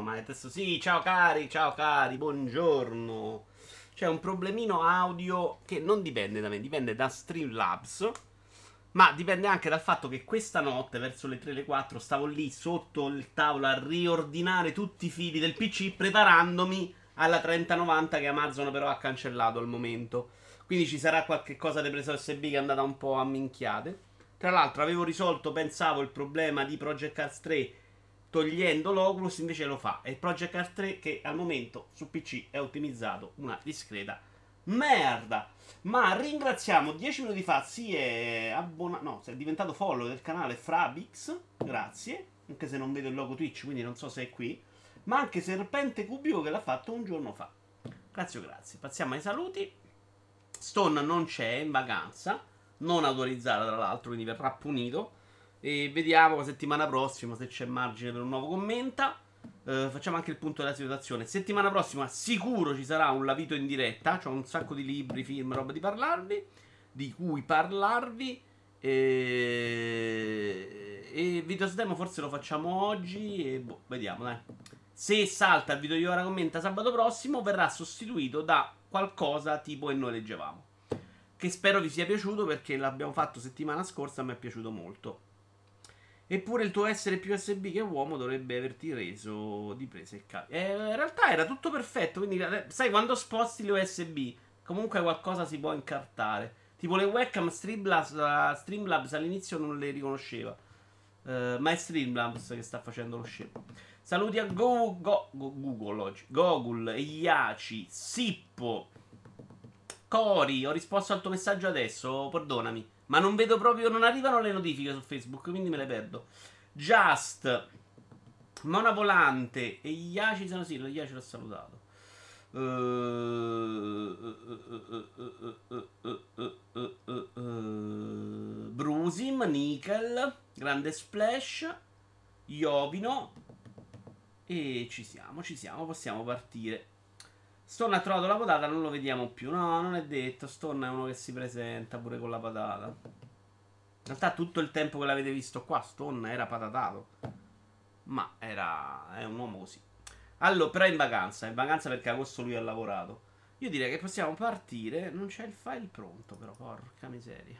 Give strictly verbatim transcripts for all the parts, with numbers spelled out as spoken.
ma adesso sì, ciao cari, ciao cari, buongiorno. C'è un problemino audio che non dipende da me, dipende da Streamlabs, ma dipende anche dal fatto che questa notte, verso le tre le quattro, stavo lì sotto il tavolo a riordinare tutti i fili del P C, preparandomi alla trenta novanta che Amazon però ha cancellato al momento. Quindi ci sarà qualche cosa di presa U S B che è andata un po' a minchiate. Tra l'altro avevo risolto, pensavo, il problema di Project Cars tre togliendo l'Oculus, invece lo fa. È il Project Cars tre che al momento su P C è ottimizzato una discreta merda. Ma ringraziamo dieci minuti fa, si è abbonato, no, si è diventato follower del canale Frabix, grazie, anche se non vedo il logo Twitch, quindi non so se è qui, ma anche Serpente Cubico che l'ha fatto un giorno fa. Grazie, grazie. Passiamo ai saluti. Stone non c'è, è in vacanza, non autorizzata tra l'altro, quindi verrà punito. E vediamo la settimana prossima se c'è margine per un nuovo commenta. Eh, facciamo anche il punto della situazione. Settimana prossima sicuro ci sarà un lavito in diretta. C'ho un sacco di libri, film, roba di parlarvi, di cui parlarvi. E, e Videos Demo forse lo facciamo oggi. E boh, vediamo, dai. Se salta il video di ora commenta sabato prossimo, verrà sostituito da qualcosa tipo E noi leggevamo. Che spero vi sia piaciuto perché l'abbiamo fatto settimana scorsa, mi è piaciuto molto. Eppure il tuo essere più U S B che uomo dovrebbe averti reso di presa il cavolo. Eh, in realtà era tutto perfetto. Quindi, sai, quando sposti le U S B, comunque qualcosa si può incartare. Tipo le webcam Streamlabs, Streamlabs all'inizio non le riconosceva. Uh, ma è Streamlabs che sta facendo lo scemo. Saluti a Go, Go, Go, Google oggi. Gogul, Iaci, Sippo, Cori. Ho risposto al tuo messaggio adesso. Perdonami. Ma non vedo proprio. Non arrivano le notifiche su Facebook, quindi me le perdo. Just, Mona Volante e Iaci sono. Sì, lo Iaci l'ho salutato. Brusim, Nickel, Grande Splash, Iovino. E ci siamo, ci siamo, possiamo partire. Stone ha trovato la patata, non lo vediamo più. No, non è detto. Stone è uno che si presenta pure con la patata. In realtà tutto il tempo che l'avete visto qua, Stone era patatato. Ma era... è un uomo così. Allora, però è in vacanza. È in vacanza perché agosto lui ha lavorato. Io direi che possiamo partire. Non c'è il file pronto, però, porca miseria.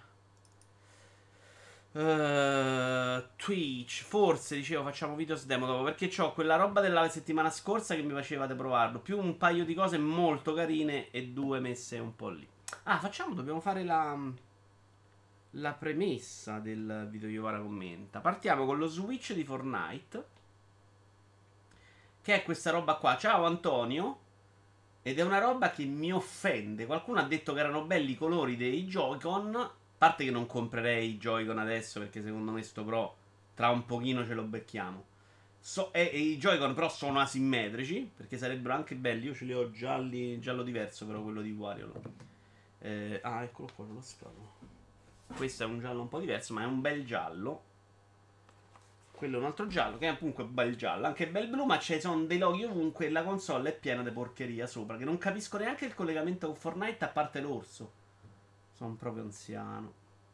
Uh, Twitch, forse dicevo facciamo videos demo dopo perché ho quella roba della settimana scorsa che mi facevate provarlo, più un paio di cose molto carine e due messe un po' lì. Ah, facciamo, dobbiamo fare la la premessa del video Iovara commenta. Partiamo con lo Switch di Fortnite, che è questa roba qua. Ciao Antonio. Ed è una roba che mi offende. Qualcuno ha detto che erano belli i colori dei Joy-Con. A parte che non comprerei i Joy-Con adesso perché secondo me sto Pro tra un pochino ce lo becchiamo. So, e, e i Joy-Con però sono asimmetrici perché sarebbero anche belli. Io ce li ho gialli, giallo diverso però quello di Wario. Eh, ah, eccolo qua, lo scavo. Questo è un giallo un po' diverso, ma è un bel giallo. Quello è un altro giallo, che è comunque bel giallo. Anche bel blu, ma ci sono dei loghi ovunque e la console è piena di porcheria sopra. Che non capisco neanche il collegamento con Fortnite a parte l'orso. Sono proprio anziano.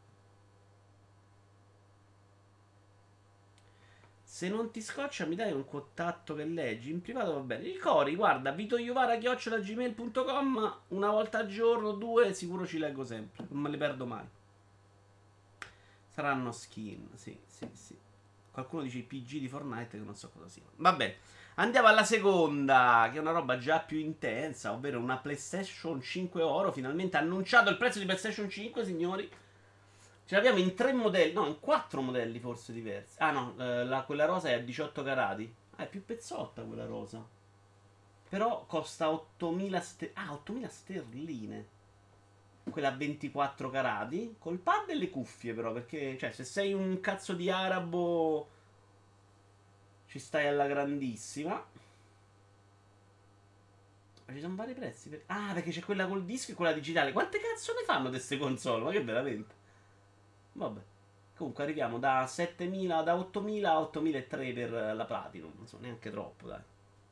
Se non ti scoccia mi dai un contatto che leggi. In privato va bene. Il Cori, guarda, vitoiovara chiocciola gmail punto com. Una volta al giorno, due, sicuro ci leggo sempre. Non me le perdo mai. Saranno skin, sì, sì, sì. Qualcuno dice i P G di Fortnite che non so cosa siano. Va bene. Andiamo alla seconda, che è una roba già più intensa, ovvero una PlayStation cinque Oro. Finalmente ha annunciato il prezzo di PlayStation cinque, signori. Ce l'abbiamo in tre modelli, no, in quattro modelli forse diversi. Ah no, eh, la, quella rosa è a diciotto carati. Ah, è più pezzotta quella rosa. Però costa ottomila ster- ah, ottomila sterline. Quella a ventiquattro carati. Col pad e le cuffie però, perché cioè se sei un cazzo di arabo ci stai alla grandissima. Ma ci sono vari prezzi per... Ah, perché c'è quella col disco e quella digitale. Quante cazzo ne fanno queste console? Ma che veramente. Vabbè. Comunque arriviamo da settemila, da ottomila a ottomilatrecento per la Platinum. Non so, neanche troppo, dai.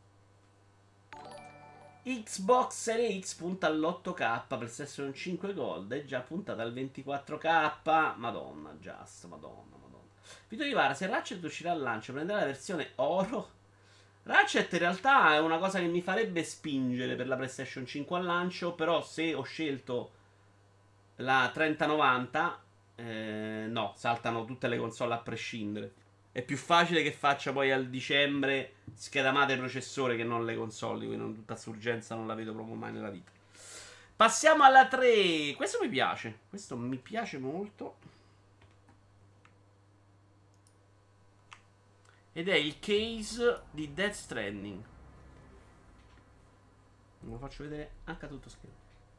Xbox Series X punta all'otto K, PlayStation cinque Gold è già puntata al ventiquattro K. Madonna, just, madonna, madonna. Vito Ivara, se Ratchet uscirà al lancio, prenderà la versione oro Ratchet in realtà è una cosa che mi farebbe spingere per la PlayStation cinque al lancio, però se ho scelto la trenta novanta, eh, no, saltano tutte le console a prescindere. È più facile che faccia poi al dicembre scheda madre processore che non le console, quindi non tutta urgenza non la vedo proprio mai nella vita. Passiamo alla tre. Questo mi piace, questo mi piace molto. Ed è il case di Death Stranding. Lo faccio vedere anche a tutto schermo.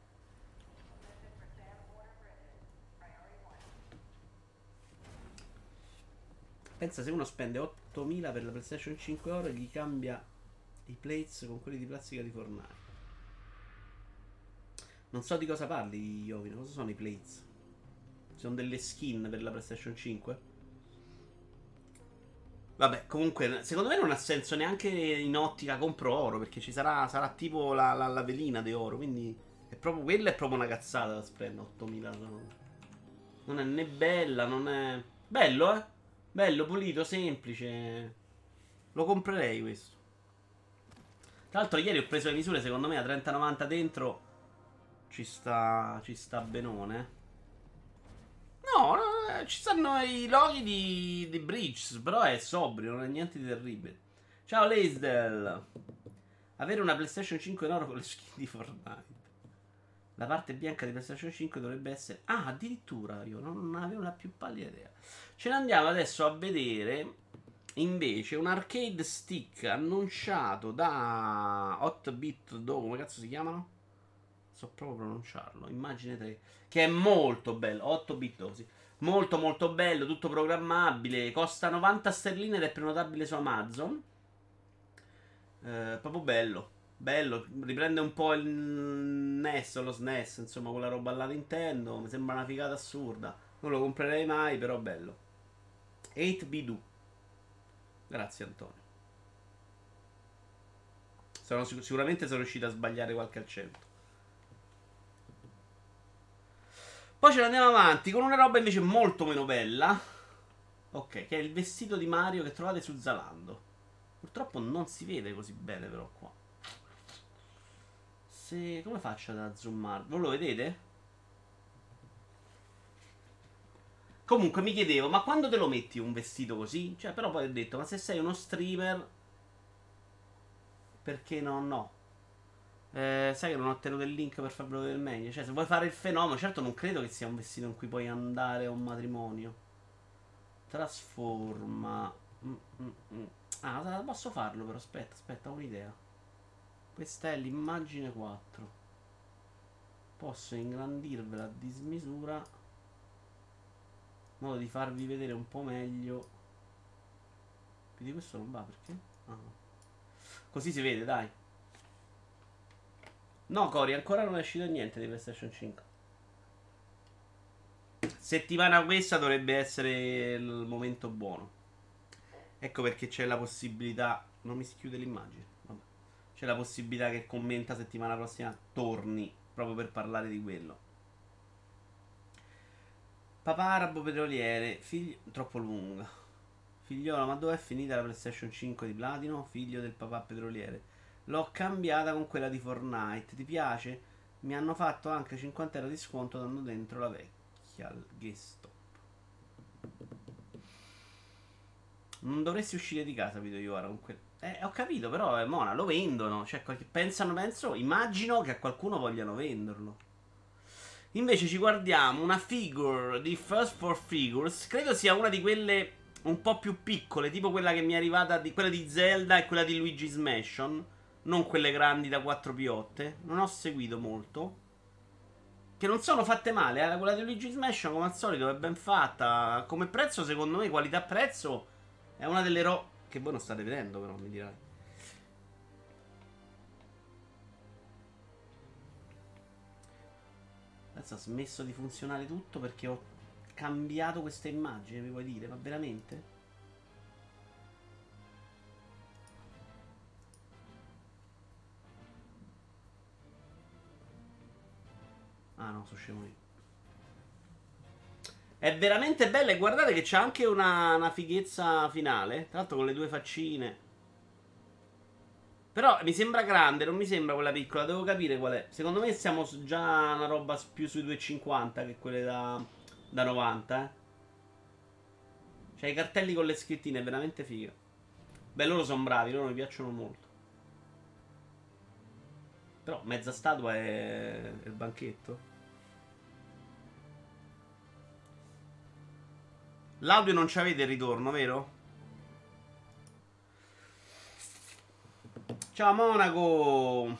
Pensa se uno spende ottomila per la PlayStation cinque oro e gli cambia i plates con quelli di plastica di Fortnite. Non so di cosa parli, Iovino. Cosa sono i plates? Sono delle skin per la PlayStation cinque? Vabbè, comunque, secondo me non ha senso neanche in ottica compro oro, perché ci sarà, sarà tipo la, la, la velina di oro, quindi è proprio, quella è proprio una cazzata da spendere, ottomila. Non è né bella, non è... Bello, eh? Bello, pulito, semplice. Lo comprerei questo. Tra l'altro ieri ho preso le misure, secondo me a trenta novanta dentro ci sta, ci sta benone. No, no, eh, ci stanno i loghi di, di Bridges, però è sobrio, non è niente di terribile. Ciao Laisdell. Avere una PlayStation cinque in oro con le skin di Fortnite. La parte bianca di PlayStation cinque dovrebbe essere... Ah, addirittura io non avevo la più pallida idea. Ce ne andiamo adesso a vedere invece un arcade stick annunciato da otto bit Do, come cazzo si chiamano? So proprio pronunciarlo. Immagine tre. Che è molto bello. otto bit Do, sì. Molto molto bello, tutto programmabile. Costa novanta sterline ed è prenotabile su Amazon. Eh, proprio bello. Bello, riprende un po' il N E S o lo S N E S, insomma, quella roba alla Nintendo. Mi sembra una figata assurda. Non lo comprerei mai, però bello. otto bit. Grazie Antonio. Sono sic- sicuramente sono riuscito a sbagliare qualche accento. Poi ce ne andiamo avanti con una roba invece molto meno bella. Ok, che è il vestito di Mario che trovate su Zalando. Purtroppo non si vede così bene però qua. Se... Come faccio ad zoomare? Voi lo vedete? Comunque mi chiedevo, ma quando te lo metti un vestito così? Cioè, però poi ho detto, ma se sei uno streamer, perché no? No. Eh, sai che non ho tenuto il link per farvelo vedere meglio. Cioè, se vuoi fare il fenomeno, certo non credo che sia un vestito in cui puoi andare a un matrimonio. Trasforma. Mm, mm, mm. Ah, posso farlo però, aspetta, aspetta, ho un'idea. Questa è l'immagine quattro. Posso ingrandirvela a dismisura, in modo di farvi vedere un po' meglio. Più di questo non va perché? Ah, no. Così si vede, dai. No, Cori, ancora non è uscito niente di PlayStation cinque. Settimana questa dovrebbe essere il momento buono. Ecco perché c'è la possibilità. Non mi si chiude l'immagine. Vabbè. C'è la possibilità che commenta settimana prossima torni proprio per parlare di quello. Papà arabo petroliere, figlio... Troppo lunga. Figliola, ma dov'è finita la PlayStation cinque di Platino? Figlio del papà petroliere. L'ho cambiata con quella di Fortnite. Ti piace? Mi hanno fatto anche cinquanta euro di sconto dando dentro la vecchia al GameStop. Non dovresti uscire di casa, video io ora con quel... Eh, ho capito, però, eh, Mona, lo vendono. Cioè, pensano, penso, immagino che a qualcuno vogliano venderlo. Invece ci guardiamo una figure di First for Figures. Credo sia una di quelle un po' più piccole, tipo quella che mi è arrivata, di, quella di Zelda e quella di Luigi's Mansion. Non quelle grandi da quattro piotte. Non ho seguito molto. Che non sono fatte male, eh. Quella di Luigi's Mansion, come al solito, è ben fatta. Come prezzo, secondo me, qualità-prezzo, è una delle ro... Che voi non state vedendo, però, mi dirai. Adesso ha smesso di funzionare tutto perché ho cambiato questa immagine, mi vuoi dire? Ma veramente? Ah no, sono scemo io. È veramente bella e guardate che c'ha anche una, una fighezza finale. Tra l'altro con le due faccine. Però mi sembra grande, non mi sembra quella piccola, devo capire qual è. Secondo me siamo su- già una roba s- più sui due e cinquanta che quelle da, da novanta, eh. Cioè i cartelli con le scrittine, è veramente figa. Beh, loro sono bravi, loro mi piacciono molto. Però mezza statua è, è il banchetto. L'audio non ci avete il ritorno, vero? Ciao Monaco.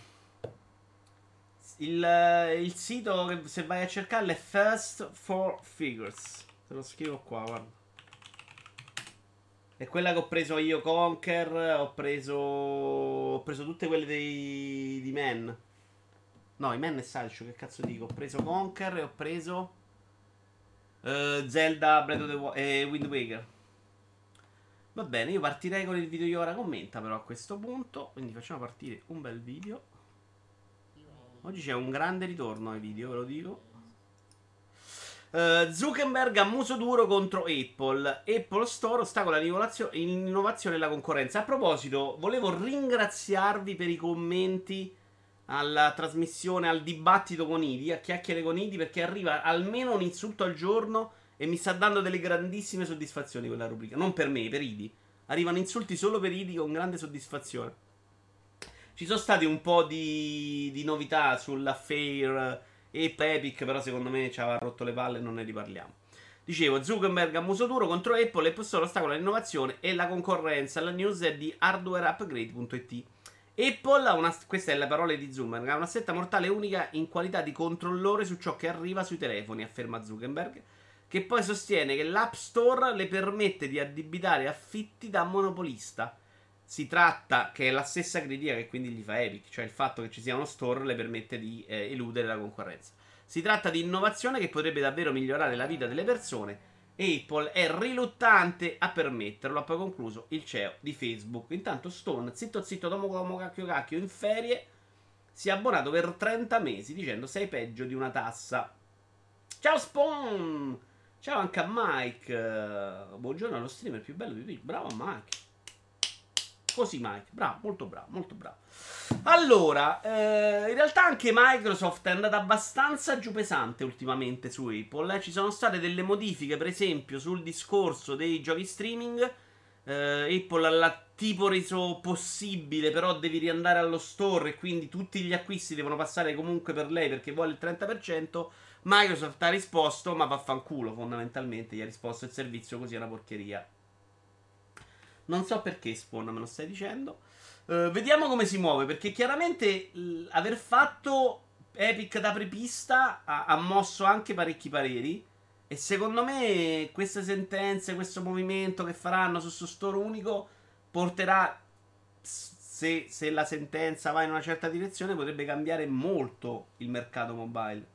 Il, il sito che se vai a cercarlo è First for Figures. Te lo scrivo qua, guarda. È quella che ho preso io Conker. Ho preso. Ho preso tutte quelle dei. Di Men. No, i Men e Sideshow, che cazzo dico? Ho preso Conker e ho preso. eh, Zelda Breath of the Wild e Wind Waker. Va bene, io partirei con il video di ora commenta però a questo punto. Quindi facciamo partire un bel video. Oggi c'è un grande ritorno ai video, ve lo dico. Uh, Zuckerberg a muso duro contro Apple. Apple Store ostacola l'innovazione e la concorrenza. A proposito, volevo ringraziarvi per i commenti alla trasmissione, al dibattito con Idi, a chiacchiere con Idi, perché arriva almeno un insulto al giorno e mi sta dando delle grandissime soddisfazioni quella rubrica. Non per me, per Idi. Arrivano insulti solo per Idi con grande soddisfazione. Ci sono stati un po' di, di novità sull'affair e Epic, però secondo me ci aveva rotto le palle e non ne riparliamo. Dicevo, Zuckerberg a muso duro contro Apple e questo ostacola l'innovazione e la concorrenza. La news è di hardwareupgrade punto it. Apple ha una, questa è la parola di Zuckerberg, ha una setta mortale unica in qualità di controllore su ciò che arriva sui telefoni, afferma Zuckerberg, che poi sostiene che l'App Store le permette di addebitare affitti da monopolista. Si tratta, che è la stessa critica che quindi gli fa Epic, cioè il fatto che ci sia uno store le permette di eh, eludere la concorrenza. Si tratta di innovazione che potrebbe davvero migliorare la vita delle persone. Apple è riluttante a permetterlo, ha poi concluso il C E O di Facebook. Intanto Stone, zitto zitto, tomo como cacchio cacchio, in ferie, si è abbonato per trenta mesi dicendo sei peggio di una tassa. Ciao Spawn! Ciao anche a Mike. Uh, buongiorno allo streamer più bello di Twitch. Bravo Mike. Così Mike, bravo, molto bravo, molto bravo. Allora, eh, in realtà anche Microsoft è andata abbastanza giù pesante ultimamente su Apple. Eh. Ci sono state delle modifiche, per esempio, sul discorso dei giochi streaming. Eh, Apple l'ha tipo reso possibile, però devi riandare allo store e quindi tutti gli acquisti devono passare comunque per lei perché vuole il trenta per cento. Microsoft ha risposto, ma vaffanculo, fondamentalmente. Gli ha risposto il servizio così è una porcheria. Non so perché Spawn me lo stai dicendo. Uh, vediamo come si muove. Perché chiaramente l- aver fatto Epic da prepista ha, ha mosso anche parecchi pareri. E secondo me queste sentenze, questo movimento che faranno su sto store unico porterà. Se, se la sentenza va in una certa direzione, potrebbe cambiare molto il mercato mobile.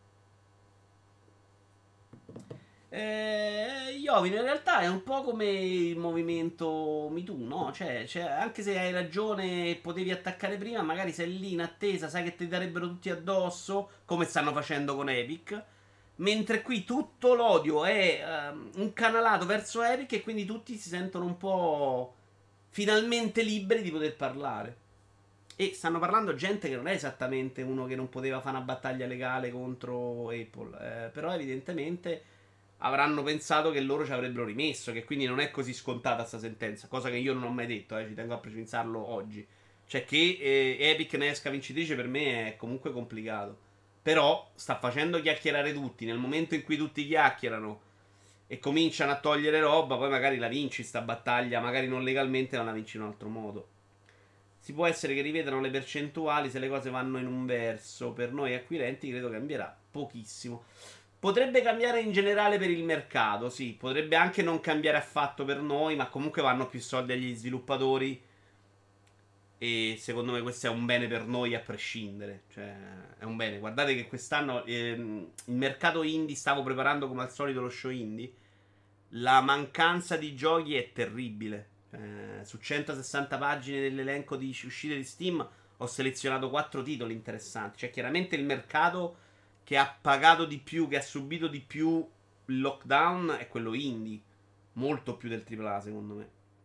Eh, Iovino in realtà è un po' come il movimento MeToo, no? Cioè, cioè, anche se hai ragione e potevi attaccare prima, magari sei lì in attesa, sai che ti darebbero tutti addosso, come stanno facendo con Epic. Mentre qui tutto l'odio è ehm, incanalato verso Epic e quindi tutti si sentono un po' finalmente liberi di poter parlare. E stanno parlando gente che non è esattamente uno che non poteva fare una battaglia legale contro Apple, eh, però evidentemente avranno pensato che loro ci avrebbero rimesso, che quindi non è così scontata questa sentenza, cosa che io non ho mai detto, eh, ci tengo a precisarlo oggi. Cioè che eh, Epic ne esca vincitrice per me è comunque complicato. Però sta facendo chiacchierare tutti, nel momento in cui tutti chiacchierano e cominciano a togliere roba, poi magari la vinci sta battaglia, magari non legalmente, ma la vinci in un altro modo. Si può essere che rivedano le percentuali se le cose vanno in un verso. Per noi acquirenti credo cambierà pochissimo. Potrebbe cambiare in generale per il mercato, sì. Potrebbe anche non cambiare affatto per noi, ma comunque vanno più soldi agli sviluppatori. E secondo me questo è un bene per noi a prescindere. Cioè, è un bene. Guardate che quest'anno ehm, il mercato indie, stavo preparando come al solito lo show indie. La mancanza di giochi è terribile. Eh, su centosessanta pagine dell'elenco di uscite di Steam ho selezionato quattro titoli interessanti. Cioè, chiaramente il mercato che ha pagato di più, che ha subito di più il lockdown è quello indie. Molto più del tripla A, secondo me.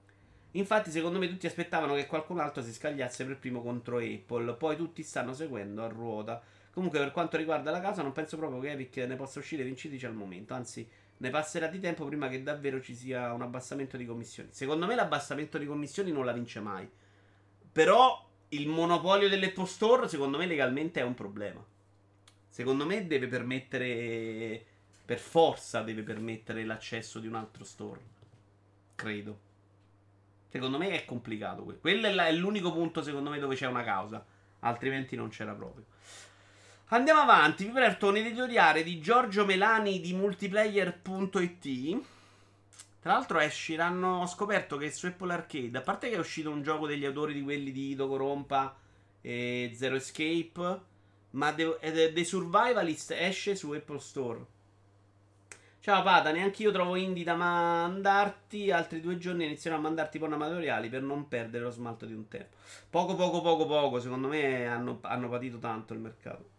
Infatti, secondo me tutti aspettavano che qualcun altro si scagliasse per primo contro Apple. Poi tutti stanno seguendo a ruota. Comunque, per quanto riguarda la casa, non penso proprio che Epic ne possa uscire vincitrice al momento. Anzi, ne passerà di tempo prima che davvero ci sia un abbassamento di commissioni. Secondo me, l'abbassamento di commissioni non la vince mai. Però, il monopolio dell'Apple Store, secondo me, legalmente è un problema. Secondo me, deve permettere. Per forza, deve permettere l'accesso di un altro store. Credo. Secondo me è complicato. que- Quello è, la- è l'unico punto, secondo me, dove c'è una causa. Altrimenti non c'era proprio. Andiamo avanti. Vi porto un editoriale di Giorgio Melani di multiplayer punto it. Tra l'altro, esciranno. Ho scoperto che su Apple Arcade, a parte che è uscito un gioco degli autori di quelli di Ido Corompa e Zero Escape, ma The, eh, The Survivalist esce su Apple Store. Ciao Pada, neanche io trovo indie da mandarti. Altri due giorni inizierò a mandarti porno amatoriali per non perdere lo smalto di un tempo. Poco, poco, poco, poco. Secondo me hanno, hanno patito tanto il mercato.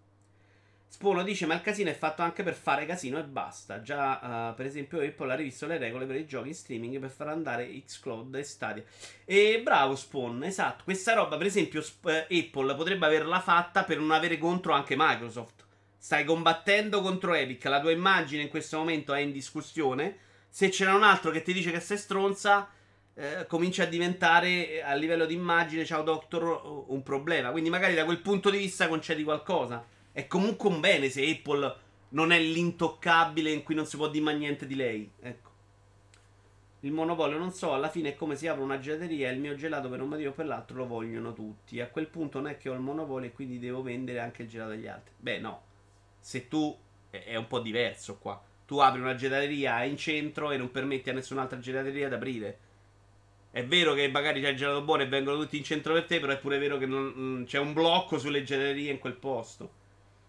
Spono dice: Ma il casino è fatto anche per fare casino e basta. Già, uh, per esempio, Apple ha rivisto le regole per i giochi in streaming per far andare Xcloud e Stadia. E bravo, Spawn, esatto. Questa roba, per esempio, sp- Apple potrebbe averla fatta per non avere contro anche Microsoft. Stai combattendo contro Epic. La tua immagine in questo momento è in discussione. Se c'era un altro che ti dice che sei stronza, eh, comincia a diventare eh, a livello di immagine, ciao Doctor, un problema. Quindi, magari da quel punto di vista concedi qualcosa. È comunque un bene se Apple non è l'intoccabile in cui non si può dire mai niente di lei. Ecco. Il monopolio, non so, alla fine è come se apro una gelateria e il mio gelato per un motivo o per l'altro lo vogliono tutti. A quel punto non è che ho il monopolio e quindi devo vendere anche il gelato agli altri. Beh, no. Se tu è un po' diverso qua. Tu apri una gelateria in centro e non permetti a nessun'altra gelateria di aprire. È vero che magari c'è il gelato buono e vengono tutti in centro per te, però è pure vero che non, c'è un blocco sulle gelaterie in quel posto.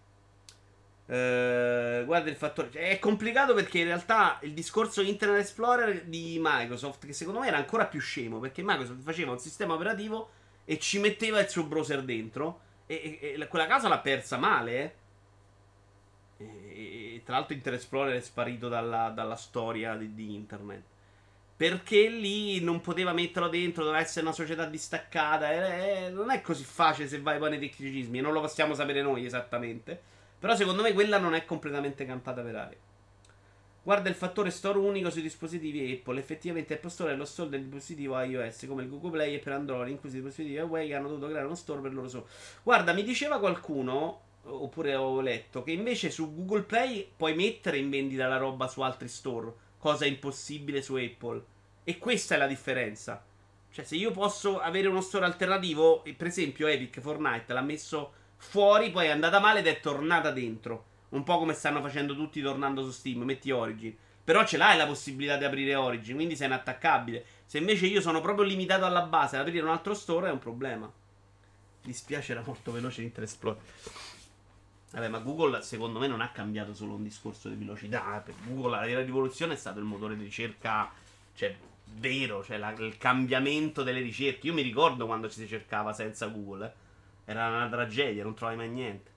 Uh, guarda il fattore. Cioè, è complicato perché in realtà il discorso Internet Explorer di Microsoft, che secondo me era ancora più scemo, perché Microsoft faceva un sistema operativo e ci metteva il suo browser dentro. E, e, e quella casa l'ha persa male, eh. E, e tra l'altro Internet Explorer è sparito dalla, dalla storia di, di Internet. Perché lì non poteva metterlo dentro, doveva essere una società distaccata. E, e, non è così facile se vai poi nei tecnicismi, e non lo possiamo sapere noi esattamente. Però secondo me quella non è completamente campata per aria. Guarda il fattore store unico sui dispositivi Apple. Effettivamente Apple Store è lo store del dispositivo iOS, come il Google Play e per Android, inclusi i dispositivi Huawei che hanno dovuto creare uno store per loro solo. Guarda, mi diceva qualcuno, oppure ho letto, che invece su Google Play puoi mettere in vendita la roba su altri store, cosa impossibile su Apple. E questa è la differenza. Cioè, se io posso avere uno store alternativo, per esempio Epic Fortnite l'ha messo fuori, poi è andata male ed è tornata dentro. Un po' come stanno facendo tutti tornando su Steam, metti Origin. Però ce l'hai la possibilità di aprire Origin, quindi sei inattaccabile. Se invece io sono proprio limitato alla base ad aprire un altro store è un problema. Mi dispiace, era molto veloce Internet Explorer. Vabbè, ma Google secondo me non ha cambiato solo un discorso di velocità. Per Google la vera rivoluzione è stato il motore di ricerca, cioè, vero, cioè la, il cambiamento delle ricerche. Io mi ricordo quando ci si cercava senza Google, eh. Era una tragedia, non trovavi mai niente.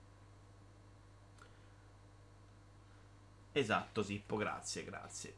Esatto, Sippo, grazie, grazie.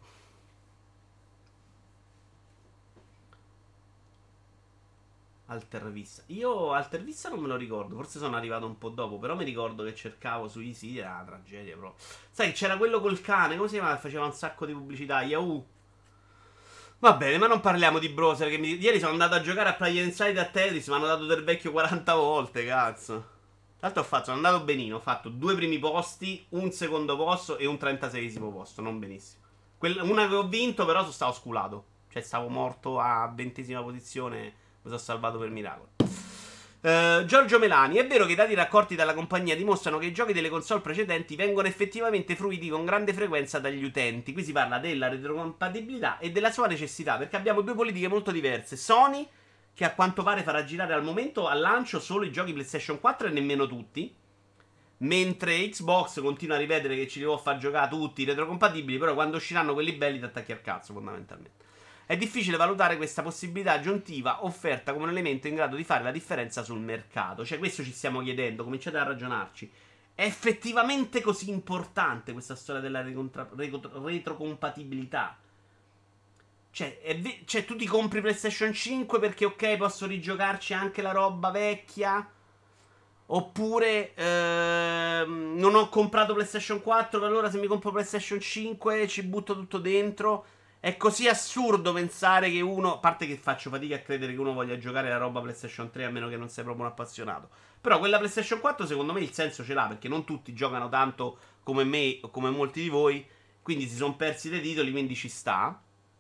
Altervista. Io Altervista non me lo ricordo, forse sono arrivato un po' dopo, però mi ricordo che cercavo sui siti, era una tragedia proprio. Sai, c'era quello col cane, come si chiama? Faceva un sacco di pubblicità, Yahoo. Va bene, ma non parliamo di browser che mi... Ieri sono andato a giocare a Player Inside a Tetris, mi hanno dato del vecchio quaranta volte, cazzo. Tra l'altro ho fatto, sono andato benino, ho fatto due primi posti, un secondo posto e un trentaseiesimo posto, non benissimo. Quella, una che ho vinto però stavo sculato, cioè stavo morto a ventesima posizione, mi sono salvato per miracolo. Uh, Giorgio Melani, è vero che i dati raccolti dalla compagnia dimostrano che i giochi delle console precedenti vengono effettivamente fruiti con grande frequenza dagli utenti. Qui si parla della retrocompatibilità e della sua necessità, perché abbiamo due politiche molto diverse. Sony, che a quanto pare farà girare al momento al lancio solo i giochi PlayStation quattro e nemmeno tutti, mentre Xbox continua a ripetere che ci devo far giocare tutti i retrocompatibili, però quando usciranno quelli belli ti attacchi al cazzo fondamentalmente. È difficile valutare questa possibilità aggiuntiva offerta come un elemento in grado di fare la differenza sul mercato. Cioè, questo ci stiamo chiedendo, cominciate a ragionarci. È effettivamente così importante questa storia della recontra- retro- retrocompatibilità? Cioè, è ve- cioè, tu ti compri PlayStation cinque perché, ok, posso rigiocarci anche la roba vecchia. Oppure ehm, non ho comprato PlayStation quattro, allora se mi compro PlayStation cinque ci butto tutto dentro. È così assurdo pensare che uno, a parte che faccio fatica a credere che uno voglia giocare la roba PlayStation tre a meno che non sei proprio un appassionato. Però quella PlayStation quattro secondo me il senso ce l'ha perché non tutti giocano tanto come me o come molti di voi, quindi si sono persi dei titoli, quindi ci sta.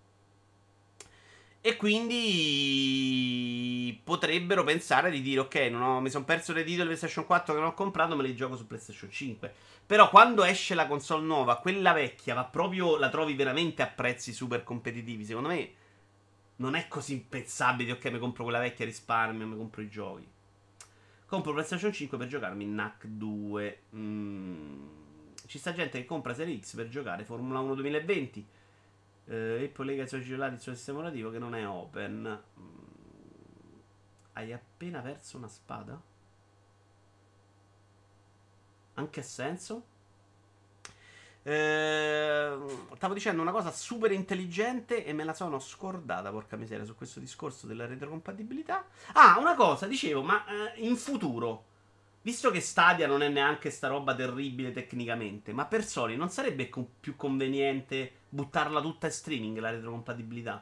E quindi potrebbero pensare di dire: ok, non ho- mi sono perso dei titoli PlayStation quattro che non ho comprato, me li gioco su PlayStation cinque. Però quando esce la console nuova, quella vecchia, va proprio, la trovi veramente a prezzi super competitivi. Secondo me non è così impensabile. Ok, mi compro quella vecchia, risparmio, mi compro i giochi. Compro PlayStation cinque per giocarmi in N A C due. Mm. Ci sta gente che compra Serie X per giocare Formula uno duemilaventi. Eh, e poi lega i suoi cellulari il suo sistema operativo che non è open. Mm. Hai appena perso una spada? Anche ha senso? Eh, stavo dicendo una cosa super intelligente e me la sono scordata, porca miseria, su questo discorso della retrocompatibilità. Ah, una cosa, dicevo, ma eh, in futuro, visto che Stadia non è neanche sta roba terribile tecnicamente, ma per Sony non sarebbe co- più conveniente buttarla tutta in streaming la retrocompatibilità?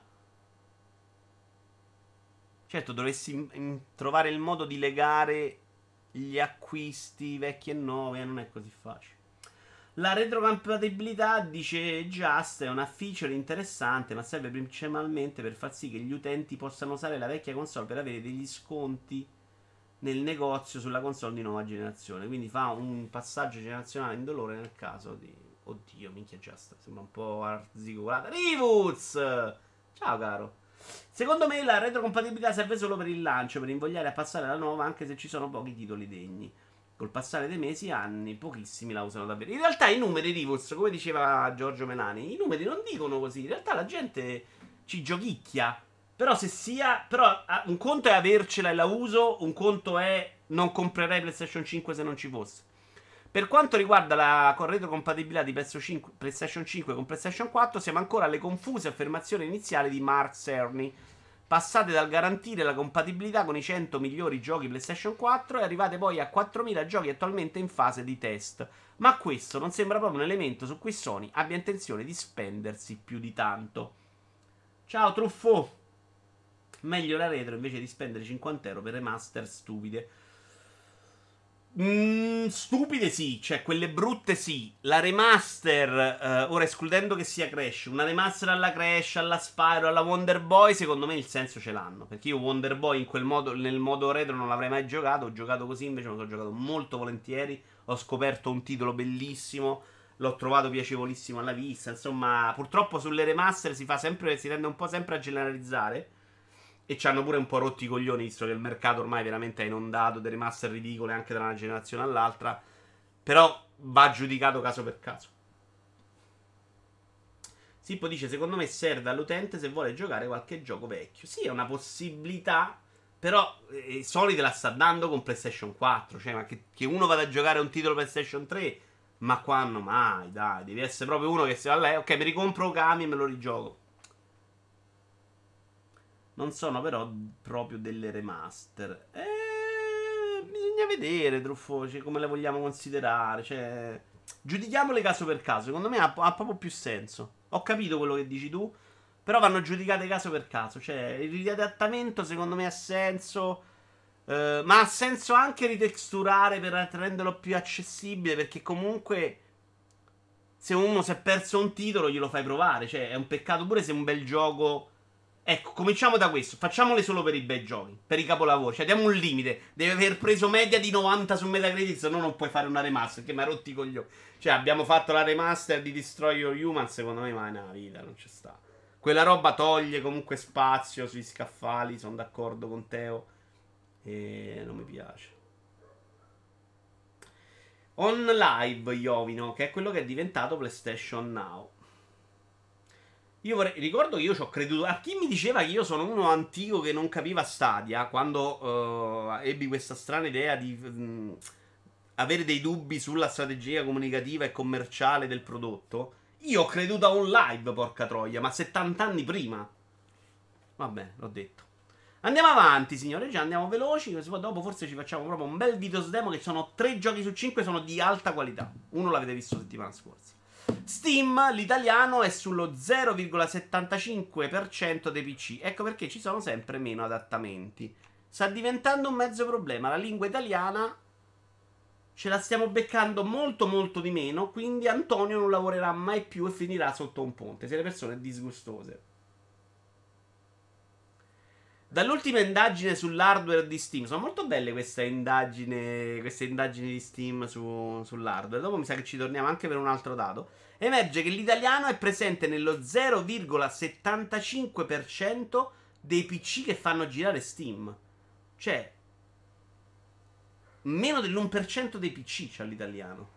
Certo, dovresti in- in- trovare il modo di legare gli acquisti vecchi e nuovi, e non è così facile. La retrocompatibilità, dice Just, è una feature interessante, ma serve principalmente per far sì che gli utenti possano usare la vecchia console per avere degli sconti nel negozio sulla console di nuova generazione. Quindi fa un passaggio generazionale indolore nel caso di... Oddio, minchia Just, sembra un po' arzigolata. Rivuz! Ciao caro. Secondo me la retrocompatibilità serve solo per il lancio, per invogliare a passare alla nuova, anche se ci sono pochi titoli degni. Col passare dei mesi e anni, pochissimi la usano davvero. In realtà i numeri, Rivers, come diceva Giorgio Melani, i numeri non dicono così. In realtà la gente ci giochicchia. Però se sia... Però ah, un conto è avercela e la uso, un conto è non comprerei PlayStation cinque se non ci fosse. Per quanto riguarda la retrocompatibilità di PlayStation cinque con PlayStation quattro, siamo ancora alle confuse affermazioni iniziali di Mark Cerny, passate dal garantire la compatibilità con i cento migliori giochi PlayStation quattro e arrivate poi a quattromila giochi attualmente in fase di test. Ma questo non sembra proprio un elemento su cui Sony abbia intenzione di spendersi più di tanto. Ciao Truffo! Meglio la retro invece di spendere cinquanta euro per remaster stupide. Mm, stupide sì, cioè quelle brutte sì. La remaster, eh, ora escludendo che sia Crash, una remaster alla Crash, alla Spyro, alla Wonder Boy, secondo me il senso ce l'hanno. Perché io Wonder Boy in quel modo, nel modo retro non l'avrei mai giocato. Ho giocato così, invece me lo sono giocato molto volentieri. Ho scoperto un titolo bellissimo. L'ho trovato piacevolissimo alla vista. Insomma, purtroppo sulle remaster si fa sempre, si tende un po' sempre a generalizzare. E ci hanno pure un po' rotti i coglioni, visto che il mercato ormai veramente è inondato di remaster ridicole anche da una generazione all'altra. Però va giudicato caso per caso. Sippo dice: secondo me serve all'utente se vuole giocare qualche gioco vecchio. Sì, è una possibilità. Però eh, Sony te la sta dando con PlayStation quattro. Cioè, ma che, che uno vada a giocare un titolo PlayStation tre. Ma quando mai? Dai, devi essere proprio uno che se va lei. Ok, mi ricompro Okami e me lo rigioco. Non sono però proprio delle remaster. Eh, bisogna vedere, Truffo, cioè, come le vogliamo considerare. Cioè, giudichiamole caso per caso. Secondo me ha, ha proprio più senso. Ho capito quello che dici tu, però vanno giudicate caso per caso. Cioè, il riadattamento secondo me ha senso. Eh, ma ha senso anche ritexturare per renderlo più accessibile. Perché comunque, se uno si è perso un titolo, glielo fai provare. Cioè, è un peccato pure se un bel gioco. Ecco, cominciamo da questo. Facciamole solo per i bei giochi, per i capolavori. Cioè, diamo un limite. Deve aver preso media di novanta su Metacritic, se no non puoi fare una remaster, che mi ha rotti i coglioni. Cioè, abbiamo fatto la remaster di Destroy Your Human, secondo me mai nella vita, non ci sta. Quella roba toglie comunque spazio sui scaffali, sono d'accordo con Teo. E non mi piace. On Live, Iovino, che è quello che è diventato PlayStation Now. Io vorrei, ricordo che io ci ho creduto. A chi mi diceva che io sono uno antico che non capiva Stadia, quando eh, ebbi questa strana idea di mh, avere dei dubbi sulla strategia comunicativa e commerciale del prodotto, io ho creduto a un live, porca troia, ma settanta anni prima. Vabbè, l'ho detto. Andiamo avanti, signore. Già andiamo veloci. Dopo forse ci facciamo proprio un bel video demo. Che sono tre giochi su cinque. Sono di alta qualità. Uno l'avete visto settimana scorsa. Steam, l'italiano è sullo zero virgola settantacinque per cento dei P C. Ecco perché ci sono sempre meno adattamenti. Sta diventando un mezzo problema. La lingua italiana ce la stiamo beccando molto molto di meno. Quindi Antonio non lavorerà mai più e finirà sotto un ponte. Siete persone disgustose. Dall'ultima indagine sull'hardware di Steam, sono molto belle queste indagini, queste indagini di Steam su, sull'hardware. Dopo mi sa che ci torniamo anche per un altro dato. Emerge che l'italiano è presente nello zero virgola settantacinque per cento dei P C che fanno girare Steam. Cioè, meno dell'uno per cento dei P C c'ha l'italiano.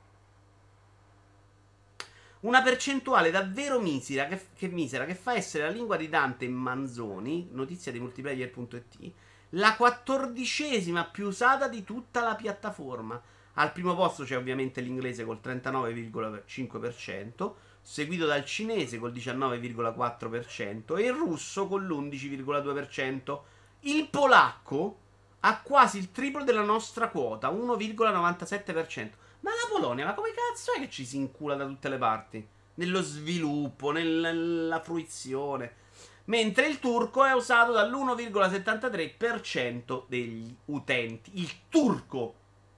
Una percentuale davvero misera che, che misera che fa essere la lingua di Dante e Manzoni, notizia di multiplayer punto it, la quattordicesima più usata di tutta la piattaforma. Al primo posto c'è ovviamente l'inglese col trentanove virgola cinque per cento, seguito dal cinese col diciannove virgola quattro per cento e il russo con l'undici virgola due per cento. Il polacco ha quasi il triplo della nostra quota, uno virgola novantasette per cento. Ma la Polonia, ma come cazzo è che ci si incula da tutte le parti? Nello sviluppo, nella fruizione. Mentre il turco è usato dall'uno virgola settantatré per cento degli utenti. Il turco!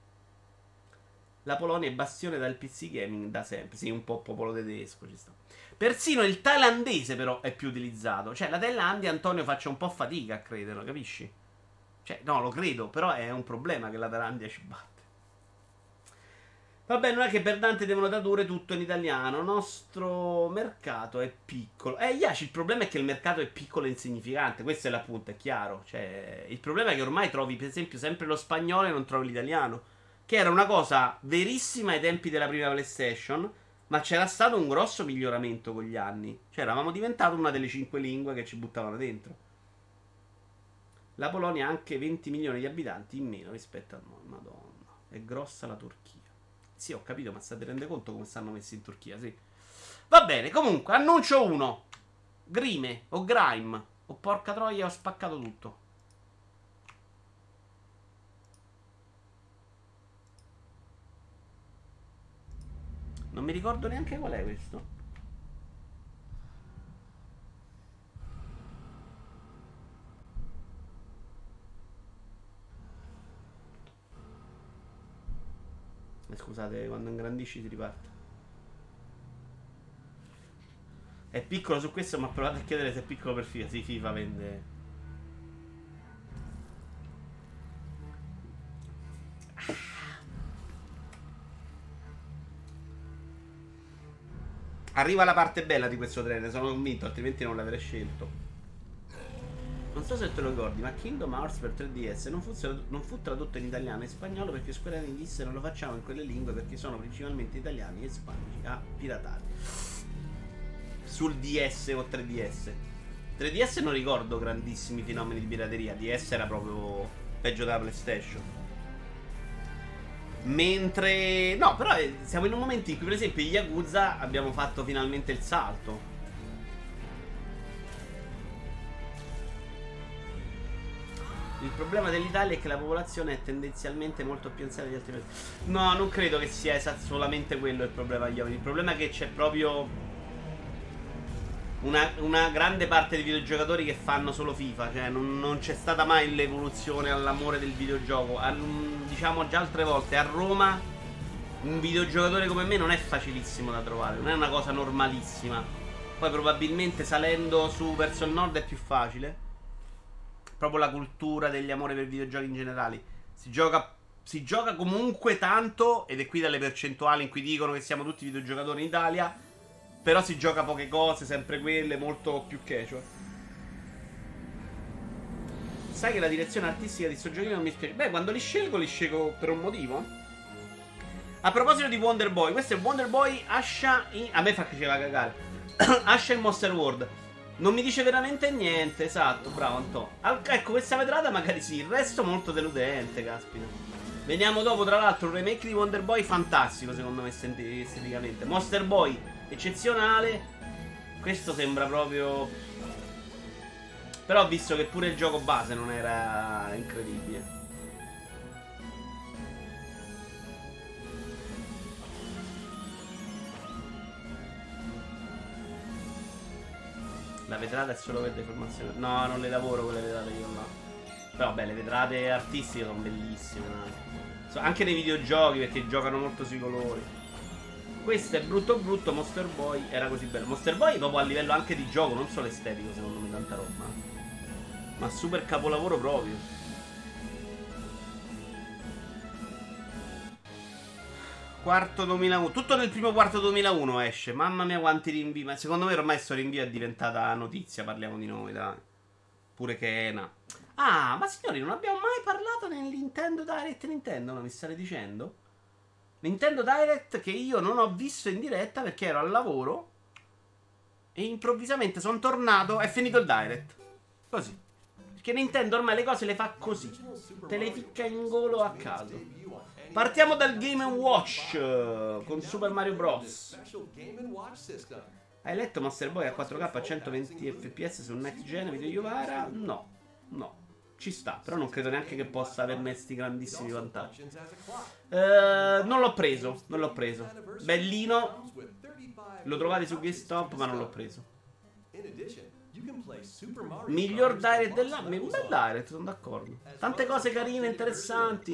La Polonia è bastione dal P C gaming da sempre. Sì, un po' popolo tedesco ci sta. Persino il thailandese però è più utilizzato. Cioè la Thailandia, Antonio, faccia un po' fatica a crederlo, capisci? Cioè, no, lo credo, però è un problema che la Thailandia ci batte. Vabbè, non è che per Dante devono tradurre tutto in italiano. Il nostro mercato è piccolo. Eh, Yashi, il problema è che il mercato è piccolo e insignificante. Questo è l'appunto, è chiaro. Cioè, il problema è che ormai trovi, per esempio, sempre lo spagnolo e non trovi l'italiano. Che era una cosa verissima ai tempi della prima PlayStation. Ma c'era stato un grosso miglioramento con gli anni. Cioè, eravamo diventati una delle cinque lingue che ci buttavano dentro. La Polonia ha anche venti milioni di abitanti in meno rispetto a noi. Madonna, è grossa la Turchia. Sì, ho capito, ma state rende conto come stanno messi in Turchia, sì. Va bene, comunque, annuncio uno. Grime o Grime. O porca troia, ho spaccato tutto. Non mi ricordo neanche qual è questo. Scusate, quando ingrandisci si riparte. È piccolo su questo, ma provate a chiedere se è piccolo per FIFA. Sì, FIFA vende. Arriva la parte bella di questo trailer, sono convinto, altrimenti non l'avrei scelto. Non so se te lo ricordi, ma Kingdom Hearts per tre D S non fu, non fu tradotto in italiano e spagnolo perché Square Enix disse non lo facciamo in quelle lingue perché sono principalmente italiani e ispanici a piratare. Sul D S o tre D S. tre D S non ricordo grandissimi fenomeni di pirateria, D S era proprio peggio della PlayStation. Mentre... no, però siamo in un momento in cui per esempio in Yakuza abbiamo fatto finalmente il salto. Il problema dell'Italia è che la popolazione è tendenzialmente molto più anziana di altri paesi. No, non credo che sia esatto solamente quello il problema. Il problema è che c'è proprio una, una grande parte di videogiocatori che fanno solo FIFA. Cioè non, non c'è stata mai l'evoluzione all'amore del videogioco. A, diciamo già altre volte, a Roma un videogiocatore come me non è facilissimo da trovare. Non è una cosa normalissima. Poi probabilmente salendo su verso il nord è più facile. Proprio la cultura degli amori per videogiochi in generale. Si gioca, si gioca comunque tanto, ed è qui dalle percentuali in cui dicono che siamo tutti videogiocatori in Italia. Però si gioca poche cose, sempre quelle, molto più casual. Sai che la direzione artistica di sto giochino non mi spiace. Beh, quando li scelgo, li scelgo per un motivo. A proposito di Wonder Boy, questo è Wonder Boy Asha in... A me fa faceva cagare. Asha in Monster World. Non mi dice veramente niente, esatto, bravo Anto. Al- ecco, questa vetrata magari sì, il resto molto deludente, caspita. Veniamo dopo, tra l'altro, un remake di Wonder Boy fantastico, secondo me, esteticamente. Monster Boy, eccezionale. Questo sembra proprio... Però ho visto che pure il gioco base non era incredibile. La vetrata è solo per deformazione. No, non le lavoro quelle vetrate io là. Però vabbè, le vetrate artistiche sono bellissime, dai. So, anche nei videogiochi, perché giocano molto sui colori. Questo è brutto brutto, Monster Boy era così bello. Monster Boy proprio a livello anche di gioco, non solo estetico, secondo me, tanta roba. Ma super capolavoro proprio. Quarto duemilauno. Tutto nel primo quarto duemilauno esce. Mamma mia quanti rinvii. Ma secondo me ormai sto rinvio è diventata notizia. Parliamo di noi, dai. Pure Kena. Ah, ma signori, non abbiamo mai parlato nel Nintendo Direct Nintendo, no? Mi state dicendo? Nintendo Direct che io non ho visto in diretta perché ero al lavoro. E improvvisamente sono tornato. È finito il Direct. Così. Perché Nintendo ormai le cose le fa così. Te le ficca in golo a caso. Partiamo dal Game and Watch uh, con Super Mario Bros. Hai letto Master Boy a quattro K a centoventi F P S sul next gen video Yovara? No, no, ci sta, però non credo neanche che possa averne sti grandissimi vantaggi. uh, Non l'ho preso, non l'ho preso. Bellino. Lo trovate su GameStop ma non l'ho preso. Miglior direct dell'anno. Un bel direct, sono d'accordo. Tante cose carine, interessanti.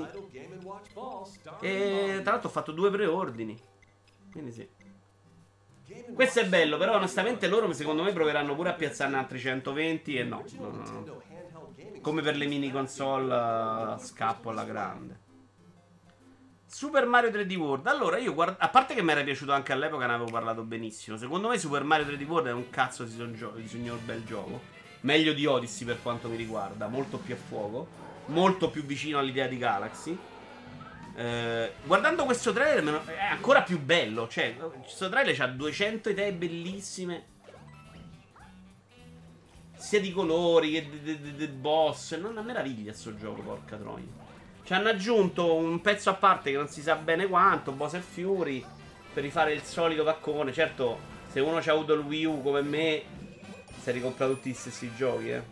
E tra l'altro ho fatto due preordini. Quindi sì. Questo è bello, però onestamente loro secondo me proveranno pure a piazzarne altri centoventi. E no, no, no, no. Come per le mini console uh, scappo alla grande. Super Mario tre D World. Allora io guardo, a parte che mi era piaciuto anche all'epoca, ne avevo parlato benissimo. Secondo me Super Mario tre D World è un cazzo di, gio- di signor bel gioco. Meglio di Odyssey per quanto mi riguarda. Molto più a fuoco. Molto più vicino all'idea di Galaxy. eh, Guardando questo trailer è ancora più bello. Cioè, questo trailer ha duecento idee bellissime, sia di colori che del boss. È una meraviglia sto gioco, porca troia. Ci hanno aggiunto un pezzo a parte che non si sa bene quanto, Bowser Fury, per rifare il solito paccone. Certo, se uno ci ha avuto il Wii U come me, si è ricomprato tutti gli stessi giochi, eh.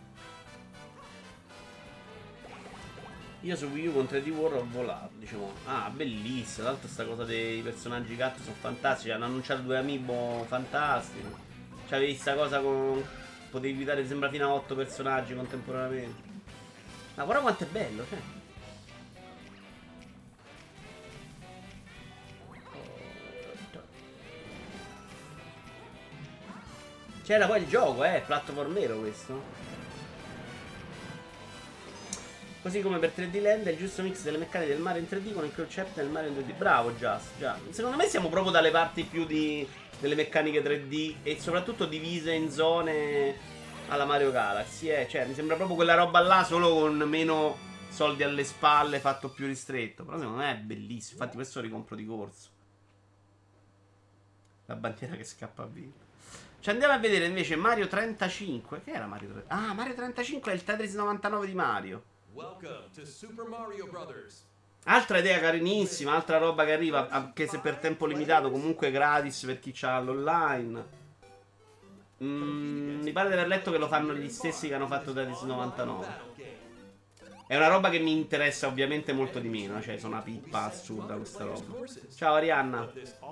Io su Wii U con tre D World ho volato, diciamo. Ah, bellissimo. Tra l'altro sta cosa dei personaggi gatto sono fantastici. Hanno annunciato due amiibo fantastici. C'avevi sta cosa con... potevi guidare, sembra, fino a otto personaggi contemporaneamente. Ma guarda quanto è bello, cioè. C'era poi il gioco, eh, platformero questo. Così come per tre D Land è il giusto mix delle meccaniche del Mario in tre D con il concept del Mario in due D. Bravo, Just, già. Secondo me siamo proprio dalle parti più di delle meccaniche tre D e soprattutto divise in zone alla Mario Galaxy, eh. Cioè, mi sembra proprio quella roba là, solo con meno soldi alle spalle, fatto più ristretto. Però secondo me è bellissimo. Infatti questo lo ricompro di corso. La bandiera che scappa via. Ci andiamo a vedere invece Mario trentacinque. Che era Mario trentacinque? Ah, Mario trentacinque è il Tetris novantanove di Mario. Welcome to Super Mario Brothers. Altra idea carinissima, altra roba che arriva, anche se per tempo limitato, comunque gratis per chi c'ha l'online. Mm, mi pare di aver letto che lo fanno gli stessi che hanno fatto Tetris novantanove. È una roba che mi interessa ovviamente molto di meno, cioè sono una pippa assurda questa roba. Ciao Arianna.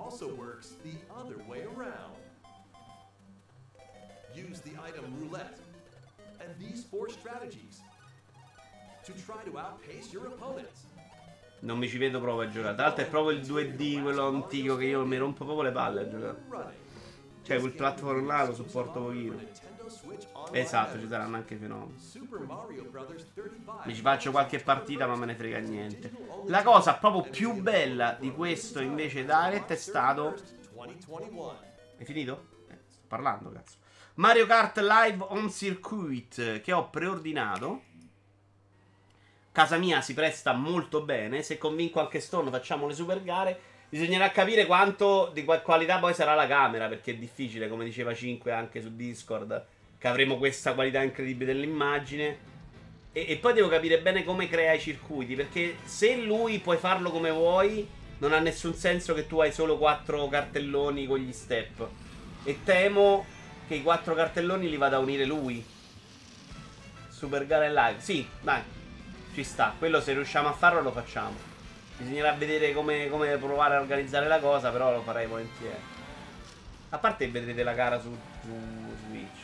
Use the item roulette and these four strategies to try to outpace your opponents. Non mi ci vedo proprio a giocare. Tra l'altro è proprio il due D, quello antico, che io mi rompo proprio le palle a giocare. Cioè quel platform là lo supporto pochino. Esatto, ci saranno anche fenomeni. Mi ci faccio qualche partita ma me ne frega niente. La cosa proprio più bella di questo invece Direct è stato... Hai finito? Eh, sto parlando, cazzo. Mario Kart Live on Circuit, che ho preordinato. Casa mia si presta molto bene. Se convinco anche Stone facciamo le super gare. Bisognerà capire quanto di qualità poi sarà la camera, perché è difficile, come diceva cinque anche su Discord, che avremo questa qualità incredibile dell'immagine. E, e poi devo capire bene come crea i circuiti, perché se lui puoi farlo come vuoi, non ha nessun senso che tu hai solo quattro cartelloni con gli step. E temo che i quattro cartelloni li vada a unire lui. Super gara in live. Sì, dai. Ci sta. Quello se riusciamo a farlo lo facciamo. Bisognerà vedere come, come provare a organizzare la cosa, però lo farei volentieri. A parte che vedrete la gara su, su Switch.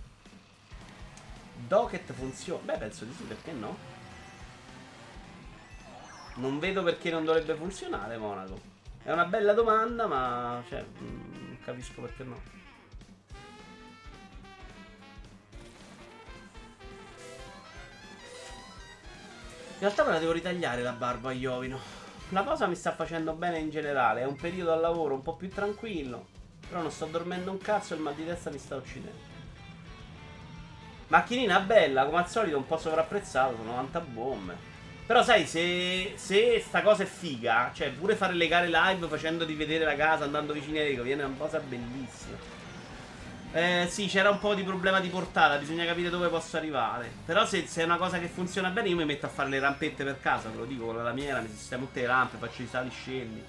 Docket funziona? Beh, penso di sì, perché no? Non vedo perché non dovrebbe funzionare, Monaco. È una bella domanda, ma cioè, non capisco perché no. In realtà me la devo ritagliare la barba, Iovino. La cosa mi sta facendo bene in generale. È un periodo al lavoro un po' più tranquillo. Però non sto dormendo un cazzo e il mal di testa mi sta uccidendo. Macchinina bella, come al solito un po' sovrapprezzato, sono novanta bombe. Però sai, se, se sta cosa è figa, cioè pure fare le gare live facendoti vedere la casa, andando vicini ai Lego, viene una cosa bellissima. Eh sì, c'era un po' di problema di portata, bisogna capire dove posso arrivare. Però se, se è una cosa che funziona bene, io mi metto a fare le rampette per casa, ve lo dico, con la lamiera, mi sistemo tutte le rampe, faccio i sali scendi.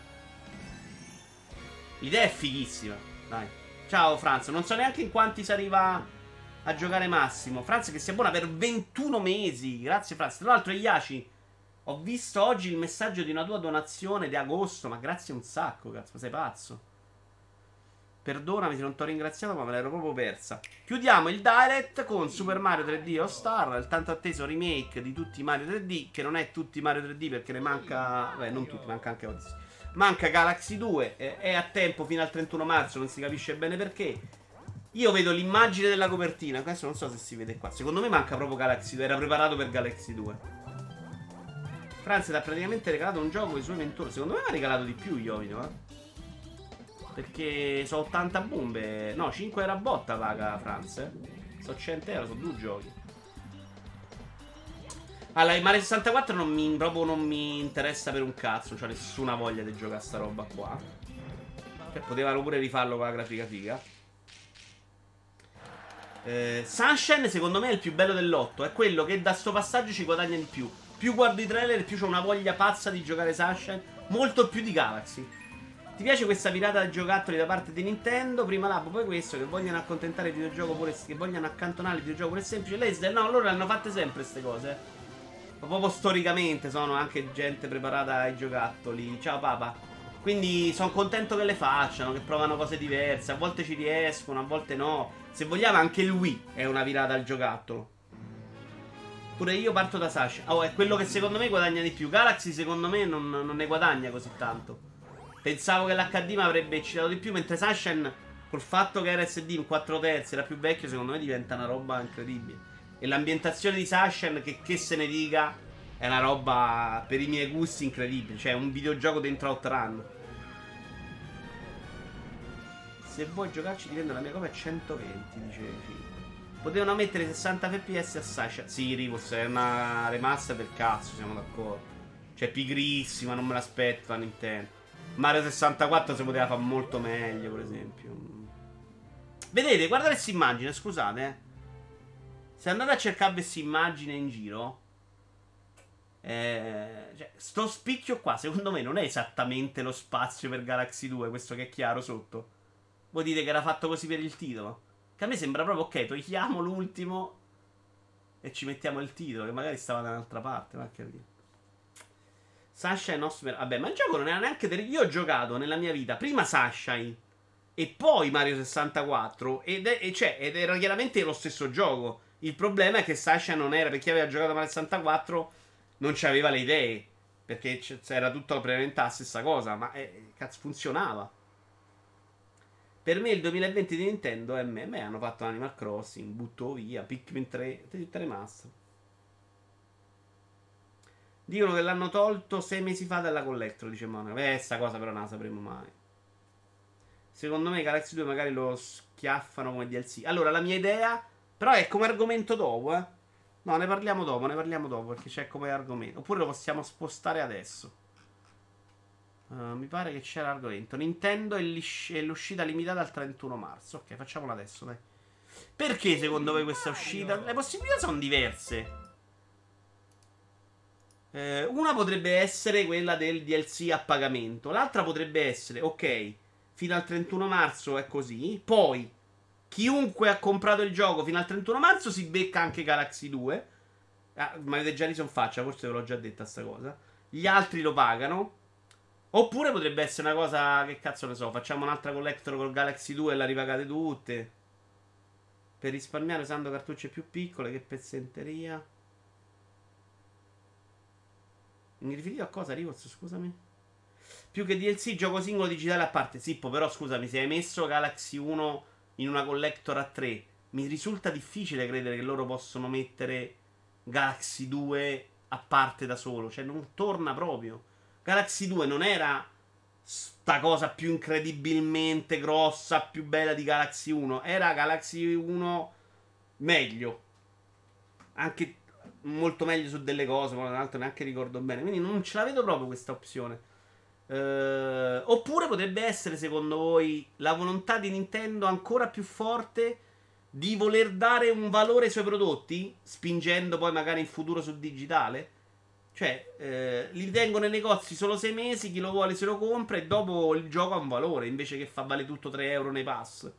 L'idea è fighissima, dai. Ciao Franz, non so neanche in quanti si arriva a giocare Massimo. Franz che si abbona per ventuno mesi, grazie Franz. Tra l'altro Iaci, ho visto oggi il messaggio di una tua donazione di agosto, ma grazie un sacco, cazzo, sei pazzo. Perdonami se non ti ho ringraziato, ma me l'ero proprio persa. Chiudiamo il direct con Super Mario tre D All Star, il tanto atteso remake di tutti i Mario tre D, che non è tutti i Mario tre D perché ne manca... Beh, non tutti, manca anche Odyssey. Manca Galaxy due, eh, è a tempo fino al trentuno marzo, non si capisce bene perché. Io vedo l'immagine della copertina, adesso non so se si vede qua. Secondo me manca proprio Galaxy due, era preparato per Galaxy due. Franz ti ha praticamente regalato un gioco con i suoi ventuno. Secondo me mi ha regalato di più Iovino, eh. Perché so ottanta bombe. No, cinque era botta paga Franz, eh. So cento euro, sono due giochi. Allora, il Mario sessantaquattro non mi, proprio non mi interessa per un cazzo. Non c'ho nessuna voglia di giocare a sta roba qua. Cioè, potevano pure rifarlo con la grafica figa. eh, Sunshine secondo me è il più bello dell'otto. È quello che da sto passaggio ci guadagna di più. Più guardo i trailer, più c'ho una voglia pazza di giocare Sunshine. Molto più di Galaxy. Ti piace questa virata di giocattoli da parte di Nintendo? Prima Labo, poi questo, che vogliono accontentare il videogioco pure, che vogliono accantonare il videogioco pure semplice. Lei, no, loro le hanno fatte sempre queste cose. Ma proprio storicamente sono anche gente preparata ai giocattoli. Ciao papa. Quindi sono contento che le facciano, che provano cose diverse. A volte ci riescono, a volte no. Se vogliamo anche il Wii è una virata al giocattolo. Pure io parto da Sasha. Oh, è quello che secondo me guadagna di più. Galaxy secondo me non, non ne guadagna così tanto. Pensavo che l'H D mi avrebbe eccitato di più, mentre Sunshine, col fatto che era S D in quattro terzi, era più vecchio, secondo me diventa una roba incredibile. E l'ambientazione di Sunshine, che, che se ne dica, è una roba per i miei gusti incredibile. Cioè, un videogioco dentro Outrun. Se vuoi giocarci, ti vendo la mia copia a centoventi, dice Cino. Potevano mettere sessanta F P S a Sunshine. Sì, Rivus, è una remaster del cazzo, siamo d'accordo. Cioè, pigrissima, non me l'aspetto a Nintendo. Mario sessantaquattro si poteva fare molto meglio, per esempio. Vedete, guardate questa immagine, scusate. Eh. Se andate a cercare questa immagine in giro, eh, cioè, sto spicchio qua, secondo me, non è esattamente lo spazio per Galaxy due, questo che è chiaro sotto. Voi dite che era fatto così per il titolo? Che a me sembra proprio, ok, togliamo l'ultimo e ci mettiamo il titolo, che magari stava da un'altra parte, ma che dire. Sunshine Osmer. Vabbè, ma il gioco non era neanche ter- io ho giocato nella mia vita prima Sunshine e poi Mario sessantaquattro ed, è, e cioè, ed era chiaramente lo stesso gioco. Il problema è che Sunshine non era, per chi aveva giocato Mario sessantaquattro non c'aveva le idee, perché era tutto previamente la stessa cosa, ma eh, cazzo funzionava. Per me il duemilaventi di Nintendo è me, me hanno fatto Animal Crossing, butto via, Pikmin tre, tutte rimaste. Dicono che l'hanno tolto sei mesi fa dalla Collector, dice Monaco. Eh, sta cosa però non la sapremo mai. Secondo me Galaxy due magari lo schiaffano come D L C. Allora, la mia idea, però è come argomento dopo, eh. No, ne parliamo dopo, ne parliamo dopo, perché c'è come argomento. Oppure lo possiamo spostare adesso. Uh, mi pare che c'era l'argomento. Nintendo è, è l'uscita limitata al trentuno marzo. Ok, facciamola adesso, dai. Perché secondo voi questa uscita? Le possibilità sono diverse. Eh, una potrebbe essere quella del D L C a pagamento. L'altra potrebbe essere, ok, fino al trentuno marzo è così. Poi, chiunque ha comprato il gioco fino al trentuno marzo si becca anche Galaxy due. Ah, ma avete già riso in faccia, forse ve l'ho già detta sta cosa. Gli altri lo pagano. Oppure potrebbe essere una cosa, che cazzo ne so, facciamo un'altra collector col Galaxy due e la ripagate tutte. Per risparmiare usando cartucce più piccole, che pezzenteria. Mi riferivo a cosa, Rivers, scusami? Più che D L C, gioco singolo digitale a parte. Sippo, però scusami, se hai messo Galaxy uno in una collector a tre, mi risulta difficile credere che loro possono mettere Galaxy due a parte da solo. Cioè, non torna proprio. Galaxy due non era sta cosa più incredibilmente grossa, più bella di Galaxy uno. Era Galaxy uno meglio. Anche molto meglio su delle cose, ma tra l'altro neanche ricordo bene. Quindi non ce la vedo proprio questa opzione. Eh, oppure potrebbe essere, secondo voi, la volontà di Nintendo ancora più forte di voler dare un valore ai suoi prodotti, spingendo poi magari in futuro sul digitale? Cioè, eh, li tengo nei negozi solo sei mesi, chi lo vuole se lo compra e dopo il gioco ha un valore, invece che fa vale tutto tre euro nei pass.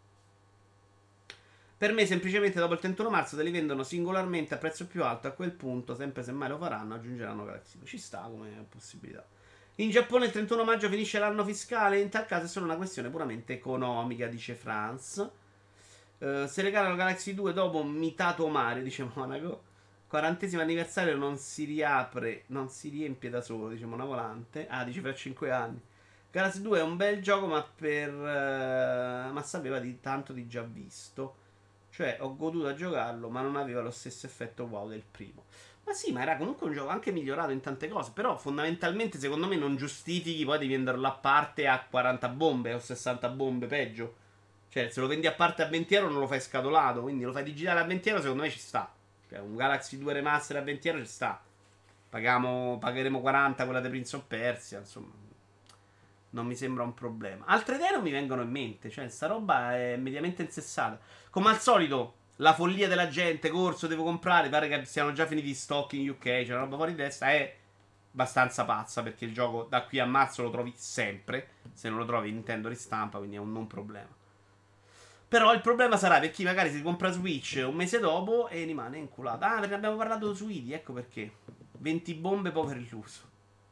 Per me, semplicemente dopo il trentuno marzo te li vendono singolarmente a prezzo più alto. A quel punto, sempre se mai lo faranno, aggiungeranno Galaxy. Ci sta come possibilità. In Giappone il trentuno maggio finisce l'anno fiscale. In tal caso è solo una questione puramente economica, dice Franz. Uh, se regalano Galaxy due dopo Mitato Mario, dice Monaco. Quarantesimo anniversario non si riapre, non si riempie da solo, diciamo una volante. Ah, dice per cinque anni. Galaxy due è un bel gioco, ma per. Uh, ma sapeva di tanto di già visto. Cioè, ho goduto a giocarlo, ma non aveva lo stesso effetto wow del primo. Ma sì, ma era comunque un gioco anche migliorato in tante cose. Però, fondamentalmente, secondo me, non giustifichi poi di venderlo a parte a quaranta bombe o sessanta bombe, peggio. Cioè, se lo vendi a parte a venti euro non lo fai scatolato. Quindi lo fai digitale a venti euro, secondo me ci sta. Cioè, un Galaxy due Remaster a venti euro ci sta. Paghiamo, pagheremo quaranta quella di Prince of Persia, insomma. Non mi sembra un problema. Altre idee non mi vengono in mente. Cioè, sta roba è mediamente insensata. Come al solito, la follia della gente, corso, devo comprare. Pare che siano già finiti i stock in U K. C'è una roba fuori di testa. È abbastanza pazza perché il gioco da qui a marzo lo trovi sempre. Se non lo trovi, Nintendo ristampa. Quindi è un non problema. Però il problema sarà per chi magari si compra Switch un mese dopo e rimane inculato. Ah, perché abbiamo parlato su I D I. Ecco perché. venti bombe, poi per l'uso.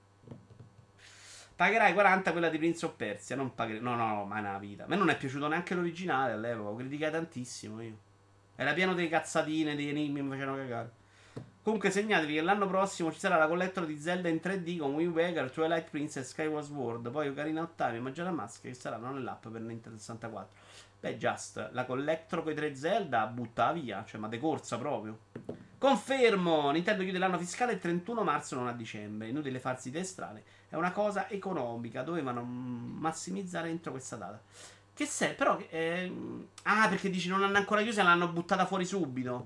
Pagherai quaranta quella di Prince of Persia. Non pagherai. No, no, no, mai nella vita. A me non è piaciuto neanche l'originale all'epoca. Lo criticai tantissimo io. Era pieno di cazzatine, di enigmi, mi facevano cagare. Comunque segnatevi che l'anno prossimo ci sarà la collector di Zelda in tre D con Wind Waker, Twilight Princess, Skyward Sword. Poi Ocarina of Time e Majora's Mask che saranno nell'app per Nintendo sessantaquattro. Beh, just, la collector con i tre Zelda butta via. Cioè, ma de corsa proprio. Confermo! Nintendo chiude l'anno fiscale il trentuno marzo, non a dicembre. Inutile farsi idee strane. È una cosa economica. Dovevano massimizzare entro questa data. Che sei? Però. Eh, ah, perché dici non hanno ancora chiusa e l'hanno buttata fuori subito.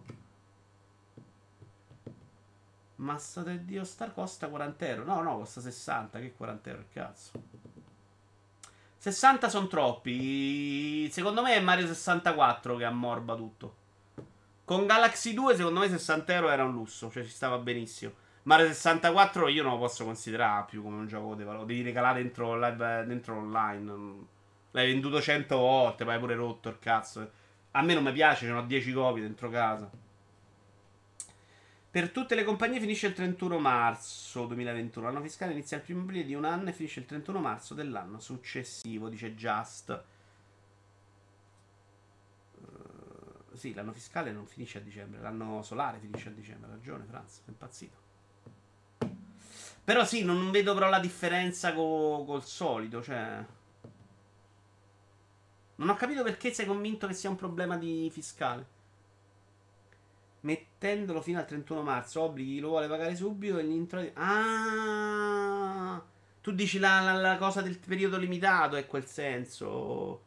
Massa del Dio Star costa quaranta euro. No, no, costa sessanta. Che quaranta euro, cazzo. sessanta sono troppi. Secondo me è Mario sessantaquattro che ammorba tutto. Con Galaxy due, secondo me sessanta euro era un lusso. Cioè, ci stava benissimo. Mario sessantaquattro io non lo posso considerare più come un gioco di valore. Lo devi regalare dentro, live, dentro online. L'hai venduto cento volte, poi hai pure rotto il cazzo. A me non mi piace, ce ne ho dieci copie dentro casa. Per tutte le compagnie finisce il trentuno marzo duemilaventuno. L'anno fiscale inizia il primo aprile di un anno e finisce il trentuno marzo dell'anno successivo, dice Just. Uh, sì, l'anno fiscale non finisce a dicembre, l'anno solare finisce a dicembre. Ha ragione, Franz, è impazzito. Però sì, non vedo però la differenza co- col solito, cioè. Non ho capito perché sei convinto che sia un problema di fiscale. Mettendolo fino al trentuno marzo, obblighi chi lo vuole pagare subito e gli introiti. Ah! Tu dici la, la, la cosa del periodo limitato, è quel senso.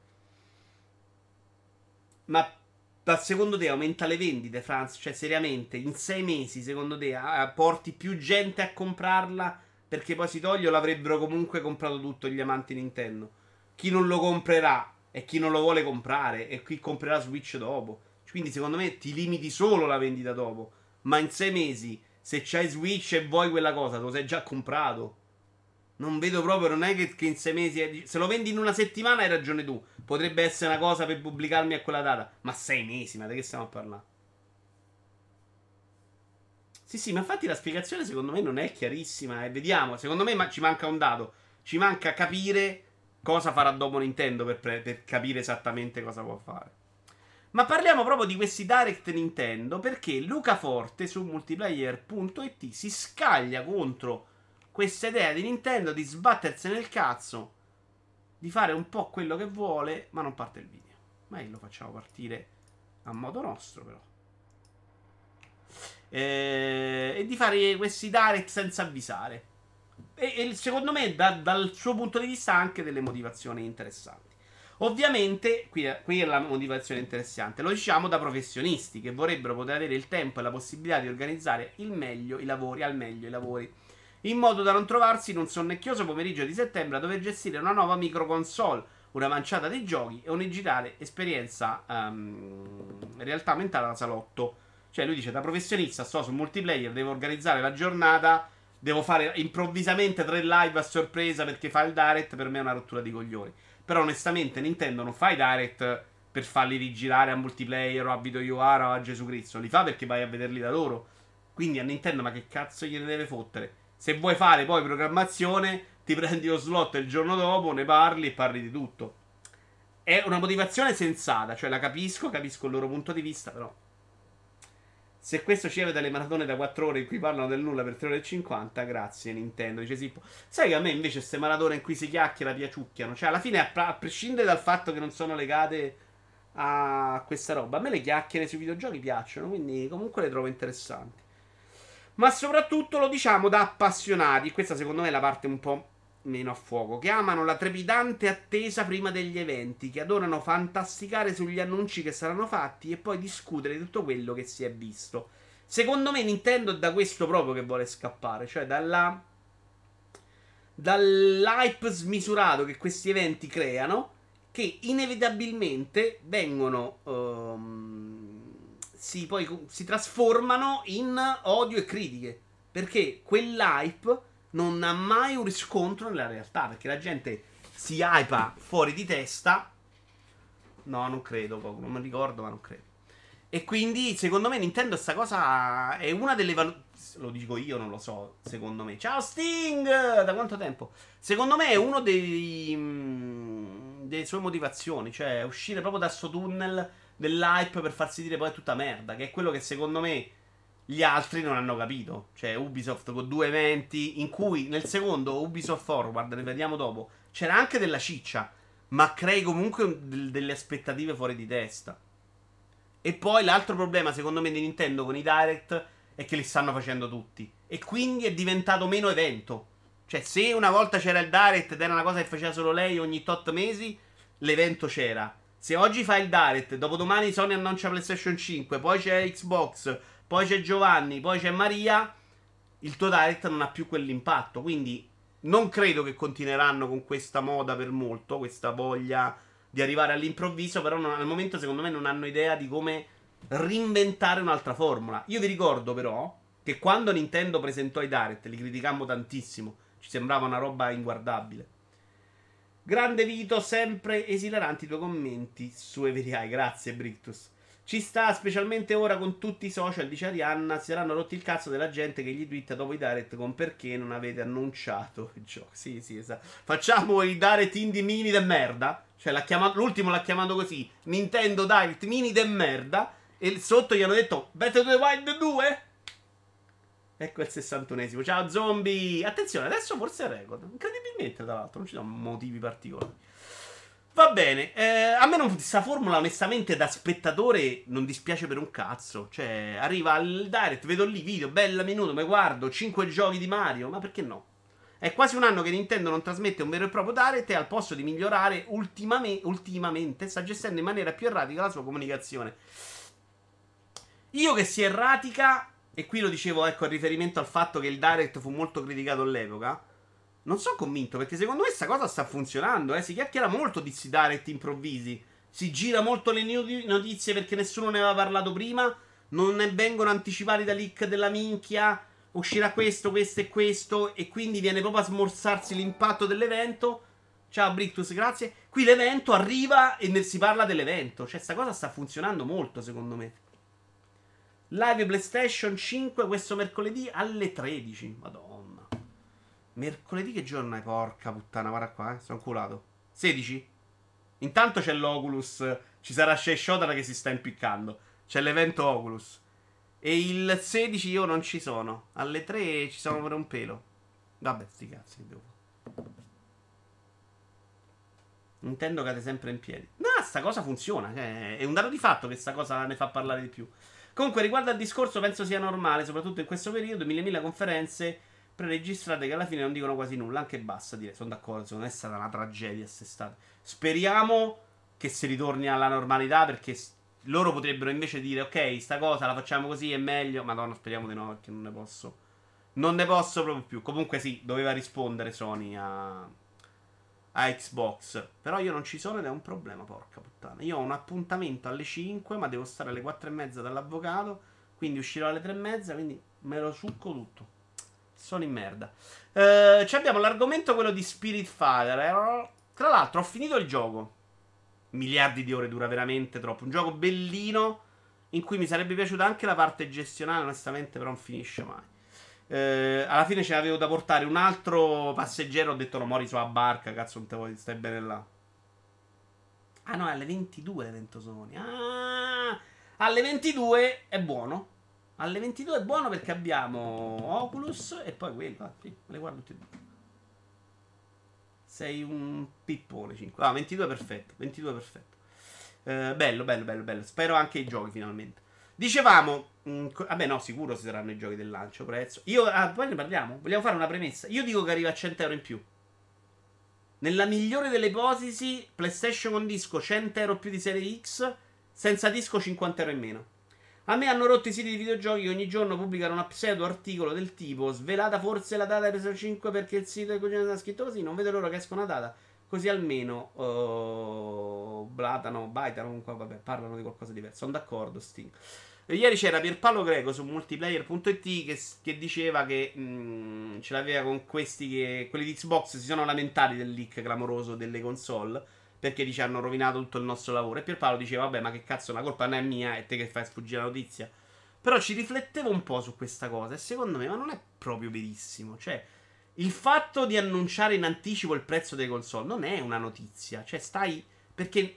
Ma, ma secondo te aumenta le vendite, Franz? Cioè, seriamente, in sei mesi, secondo te, ah, porti più gente a comprarla perché poi si toglie o l'avrebbero comunque comprato tutto gli amanti Nintendo? Chi non lo comprerà e chi non lo vuole comprare e chi comprerà Switch dopo. Quindi secondo me ti limiti solo la vendita dopo. Ma in sei mesi, se c'hai Switch e vuoi quella cosa, te lo sei già comprato. Non vedo proprio, non è che, che in sei mesi... È... Se lo vendi in una settimana hai ragione tu. Potrebbe essere una cosa per pubblicarmi a quella data. Ma sei mesi, ma di che stiamo a parlare? Sì, sì, ma infatti la spiegazione secondo me non è chiarissima. E vediamo, secondo me ma- ci manca un dato. Ci manca capire cosa farà dopo Nintendo per, pre- per capire esattamente cosa può fare. Ma parliamo proprio di questi Direct Nintendo perché Luca Forte su multiplayer punto it si scaglia contro questa idea di Nintendo di sbattersene nel cazzo, di fare un po' quello che vuole, ma non parte il video. Ma lo facciamo partire a modo nostro, però. Eh, e di fare questi direct senza avvisare. E, e secondo me, da, dal suo punto di vista, ha anche delle motivazioni interessanti. Ovviamente, qui, qui è la motivazione interessante. Lo diciamo da professionisti che vorrebbero poter avere il tempo e la possibilità di organizzare il meglio i lavori, al meglio i lavori, in modo da non trovarsi in un sonnecchioso pomeriggio di settembre a dover gestire una nuova microconsole, una manciata di giochi e un'digitale esperienza um, realtà aumentata da salotto. Cioè lui dice da professionista sto su multiplayer, devo organizzare la giornata, devo fare improvvisamente tre live a sorpresa perché fa il direct, per me è una rottura di coglioni. Però onestamente Nintendo non fa i direct per farli rigirare a multiplayer o a Video U R o a Gesù Cristo, li fa perché vai a vederli da loro. Quindi a Nintendo ma che cazzo gliene deve fottere? Se vuoi fare poi programmazione, ti prendi lo slot il giorno dopo, ne parli e parli di tutto. È una motivazione sensata, cioè la capisco, capisco il loro punto di vista, però se questo ci avete le maratone da quattro ore in cui parlano del nulla per tre ore e cinquanta, grazie Nintendo, dice Sippo. Sai che a me invece queste maratone in cui si chiacchiera piaciucchiano. Cioè alla fine, a, a prescindere dal fatto che non sono legate a questa roba, a me le chiacchiere sui videogiochi piacciono, quindi comunque le trovo interessanti. Ma soprattutto lo diciamo da appassionati, questa secondo me è la parte un po' meno a fuoco, che amano la trepidante attesa prima degli eventi, che adorano fantasticare sugli annunci che saranno fatti e poi discutere di tutto quello che si è visto. Secondo me Nintendo è da questo proprio che vuole scappare, cioè dalla dall'hype smisurato che questi eventi creano, che inevitabilmente vengono um, si poi si trasformano in odio e critiche, perché quell'hype non ha mai un riscontro nella realtà, perché la gente si hypa fuori di testa. No, non credo, non mi ricordo, ma non credo. E quindi, secondo me, Nintendo sta cosa è una delle valu- lo dico io, non lo so, secondo me. Ciao Sting! Da quanto tempo? Secondo me è uno dei mm, delle sue motivazioni, cioè uscire proprio da sto tunnel dell'hype per farsi dire poi è tutta merda, che è quello che secondo me gli altri non hanno capito. Cioè Ubisoft con due eventi in cui nel secondo Ubisoft Forward, ne vediamo dopo, c'era anche della ciccia, ma crei comunque un- delle aspettative fuori di testa. E poi l'altro problema secondo me di Nintendo con i Direct è che li stanno facendo tutti, e quindi è diventato meno evento. Cioè se una volta c'era il Direct ed era una cosa che faceva solo lei ogni tot mesi, l'evento c'era. Se oggi fai il Direct, dopodomani Sony annuncia PlayStation cinque, poi c'è Xbox, poi c'è Giovanni, poi c'è Maria, il tuo Direct non ha più quell'impatto. Quindi non credo che continueranno con questa moda per molto, questa voglia di arrivare all'improvviso, però non, al momento secondo me non hanno idea di come reinventare un'altra formula. Io vi ricordo però che quando Nintendo presentò i Direct li criticammo tantissimo, ci sembrava una roba inguardabile. Grande Vito, sempre esilaranti i tuoi commenti su Every Eye, grazie Brictus. Ci sta, specialmente ora con tutti i social, dice Arianna, si saranno rotti il cazzo della gente che gli twitta dopo i direct con perché non avete annunciato il gioco. Sì, sì, esatto. Facciamo i direct indie mini de merda. Cioè, l'ha chiamato, l'ultimo l'ha chiamato così, Nintendo Direct mini de merda. E sotto gli hanno detto, Breath of the Wild due? Ecco il sessantunesimo. Ciao zombie. Attenzione, adesso forse è record. Incredibilmente, tra l'altro, non ci sono motivi particolari. Va bene, eh, a me non questa formula onestamente da spettatore non dispiace per un cazzo. Cioè, arriva al direct, vedo lì video, bella minuto, mi guardo, cinque giochi di Mario, ma perché no? È quasi un anno che Nintendo non trasmette un vero e proprio direct e al posto di migliorare ultimame- ultimamente sta gestendo in maniera più erratica la sua comunicazione. Io che si erratica, e qui lo dicevo ecco in riferimento al fatto che il direct fu molto criticato all'epoca, non sono convinto, perché secondo me questa cosa sta funzionando, eh. Si chiacchiera molto di questi direct improvvisi. Si gira molto le notizie perché nessuno ne aveva parlato prima. Non ne vengono anticipati da leak della minchia. Uscirà questo, questo e questo. E quindi viene proprio a smorzarsi l'impatto dell'evento. Ciao Brictus, grazie. Qui l'evento arriva e ne si parla dell'evento. Cioè, sta cosa sta funzionando molto, secondo me. Live PlayStation cinque questo mercoledì alle tredici. Madonna. Mercoledì che giorno è? Porca puttana, guarda qua, eh. Sono culato. sedici? Intanto c'è l'Oculus. Ci sarà Shay Shotara che si sta impiccando. C'è l'evento Oculus. E il sedici io non ci sono. Alle tre ci sono per un pelo. Vabbè, sti cazzi, devo fare. Nintendo cade sempre in piedi. No, sta cosa funziona. Cioè, è un dato di fatto che sta cosa ne fa parlare di più. Comunque, riguardo al discorso, penso sia normale, soprattutto in questo periodo, mille mila conferenze preregistrate che alla fine non dicono quasi nulla. Anche basta dire, sono d'accordo, secondo me è stata una tragedia quest'estate. Speriamo che si ritorni alla normalità, perché loro potrebbero invece dire, ok, sta cosa la facciamo così, è meglio. Madonna, speriamo di no, perché non ne posso. Non ne posso proprio più. Comunque sì, doveva rispondere Sony a... a Xbox. Però io non ci sono ed è un problema, porca puttana. Io ho un appuntamento alle cinque, ma devo stare alle quattro e mezza dall'avvocato. Quindi uscirò alle tre e mezza, quindi me lo succo tutto. Sono in merda. Eh, abbiamo l'argomento quello di Spiritfarer. Tra l'altro ho finito il gioco. Miliardi di ore, dura veramente troppo. Un gioco bellino, in cui mi sarebbe piaciuta anche la parte gestionale, onestamente, però non finisce mai. Eh, alla fine ce l'avevo da portare un altro passeggero. Ho detto no, mori sulla barca. Cazzo, non te vuoi, stai bene là. Ah no, è alle ventidue l'evento Sony. Ah, alle ventidue è buono. Alle ventidue è buono perché abbiamo Oculus e poi quello. Ah, sì, me le guardo tutti e due. Sei un pippone cinque. Ah, ventidue perfetto. ventidue perfetto. Eh, bello, bello, bello, bello. Spero anche i giochi finalmente. Dicevamo, mh, co- vabbè no, sicuro ci saranno i giochi del lancio, prezzo. Io, ah, poi ne parliamo. Vogliamo fare una premessa. Io dico che arriva a cento euro in più. Nella migliore delle ipotesi, PlayStation con disco cento euro più di serie X, senza disco cinquanta euro in meno. A me hanno rotto i siti di videogiochi che ogni giorno pubblicano un pseudo articolo del tipo svelata forse la data di PlayStation cinque perché il sito di cugino sta scritto così, non vedo l'ora che esca una data. Così almeno uh, blatano, baitano, comunque vabbè, parlano di qualcosa di diverso. Sono d'accordo, Sting. Ieri c'era Pierpaolo Greco su multiplayer punto it che, che diceva che mh, ce l'aveva con questi che... quelli di Xbox si sono lamentati del leak clamoroso delle console, perché dice hanno rovinato tutto il nostro lavoro. E Pierpaolo diceva vabbè, ma che cazzo, la colpa non è mia, è te che fai sfuggire la notizia. Però ci riflettevo un po' su questa cosa e secondo me ma non è proprio verissimo. Cioè, il fatto di annunciare in anticipo il prezzo delle console non è una notizia. Cioè, stai... perché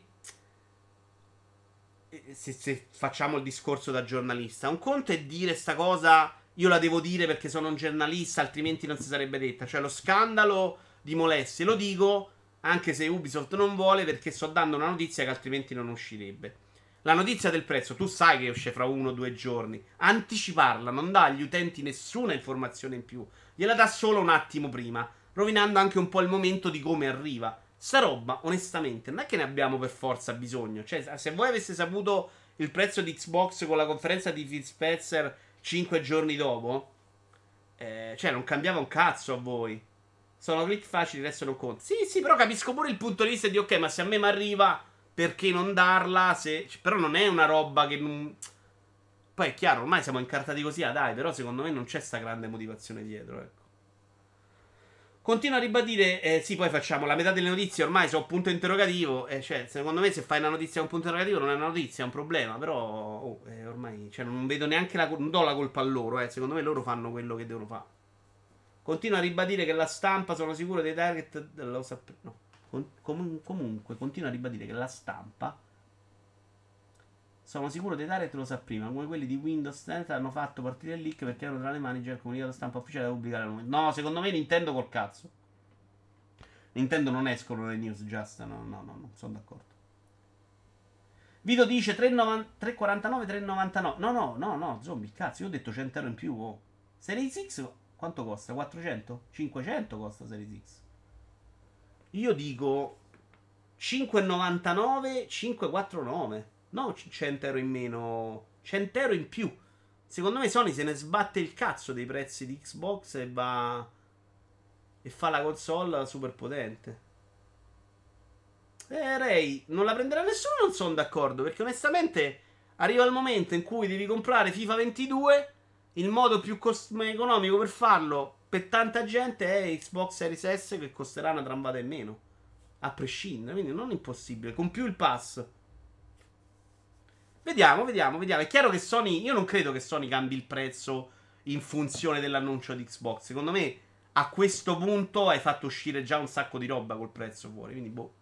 se, se facciamo il discorso da giornalista, un conto è dire sta cosa, io la devo dire perché sono un giornalista, altrimenti non si sarebbe detta. Cioè, lo scandalo di molestie lo dico anche se Ubisoft non vuole, perché sto dando una notizia che altrimenti non uscirebbe. La notizia del prezzo, tu sai che esce fra uno o due giorni. Anticiparla non dà agli utenti nessuna informazione in più, gliela dà solo un attimo prima, rovinando anche un po' il momento di come arriva. Sta roba, onestamente, non è che ne abbiamo per forza bisogno. Cioè, se voi aveste saputo il prezzo di Xbox con la conferenza di Phil Spencer cinque giorni dopo, eh, cioè, non cambiava un cazzo a voi. Sono click facili, adesso non conta. Sì, sì, però capisco pure il punto di vista di ok, ma se a me mi arriva, perché non darla? Se... Però non è una roba che non... Poi è chiaro, ormai siamo incartati così, ah dai, però secondo me non c'è sta grande motivazione dietro, ecco. Continua a ribadire, eh, sì, poi facciamo la metà delle notizie, ormai sono punto interrogativo, eh, cioè, secondo me se fai una notizia con punto interrogativo non è una notizia, è un problema, però, oh, eh, ormai, cioè, non vedo neanche la, non do la colpa a loro, eh, secondo me loro fanno quello che devono fare. Continua a ribadire che la stampa, sono sicuro dei target, lo sapp- no, com- comunque, continua a ribadire che la stampa, sono sicuro dei target lo sa prima, come quelli di Windows dieci hanno fatto partire il leak perché erano tra le mani già il comunicato stampa ufficiale da pubblicare al momento. No, secondo me Nintendo col cazzo. Nintendo non escono le news just, no, no, no, no, sono d'accordo. Vito dice tre e quarantanove, tre e novantanove. No, no, no, no, zombie, cazzo, io ho detto cento euro in più. Oh. Series X quanto costa? quattrocento? cinquecento costa Series X. Io dico cinque e novantanove, cinque e quarantanove. No, cento euro in meno, cento euro in più. Secondo me Sony se ne sbatte il cazzo dei prezzi di Xbox e va e fa la console super potente. Eh, Ray, non la prenderà nessuno, non sono d'accordo, perché onestamente arriva il momento in cui devi comprare FIFA ventidue, il modo più cost- economico per farlo per tanta gente è Xbox Series S che costerà una trambata in meno, a prescindere, quindi non è impossibile, con più il pass. Vediamo, vediamo, vediamo. È chiaro che Sony. Io non credo che Sony cambi il prezzo in funzione dell'annuncio di Xbox. Secondo me, a questo punto hai fatto uscire già un sacco di roba col prezzo fuori. Quindi, boh.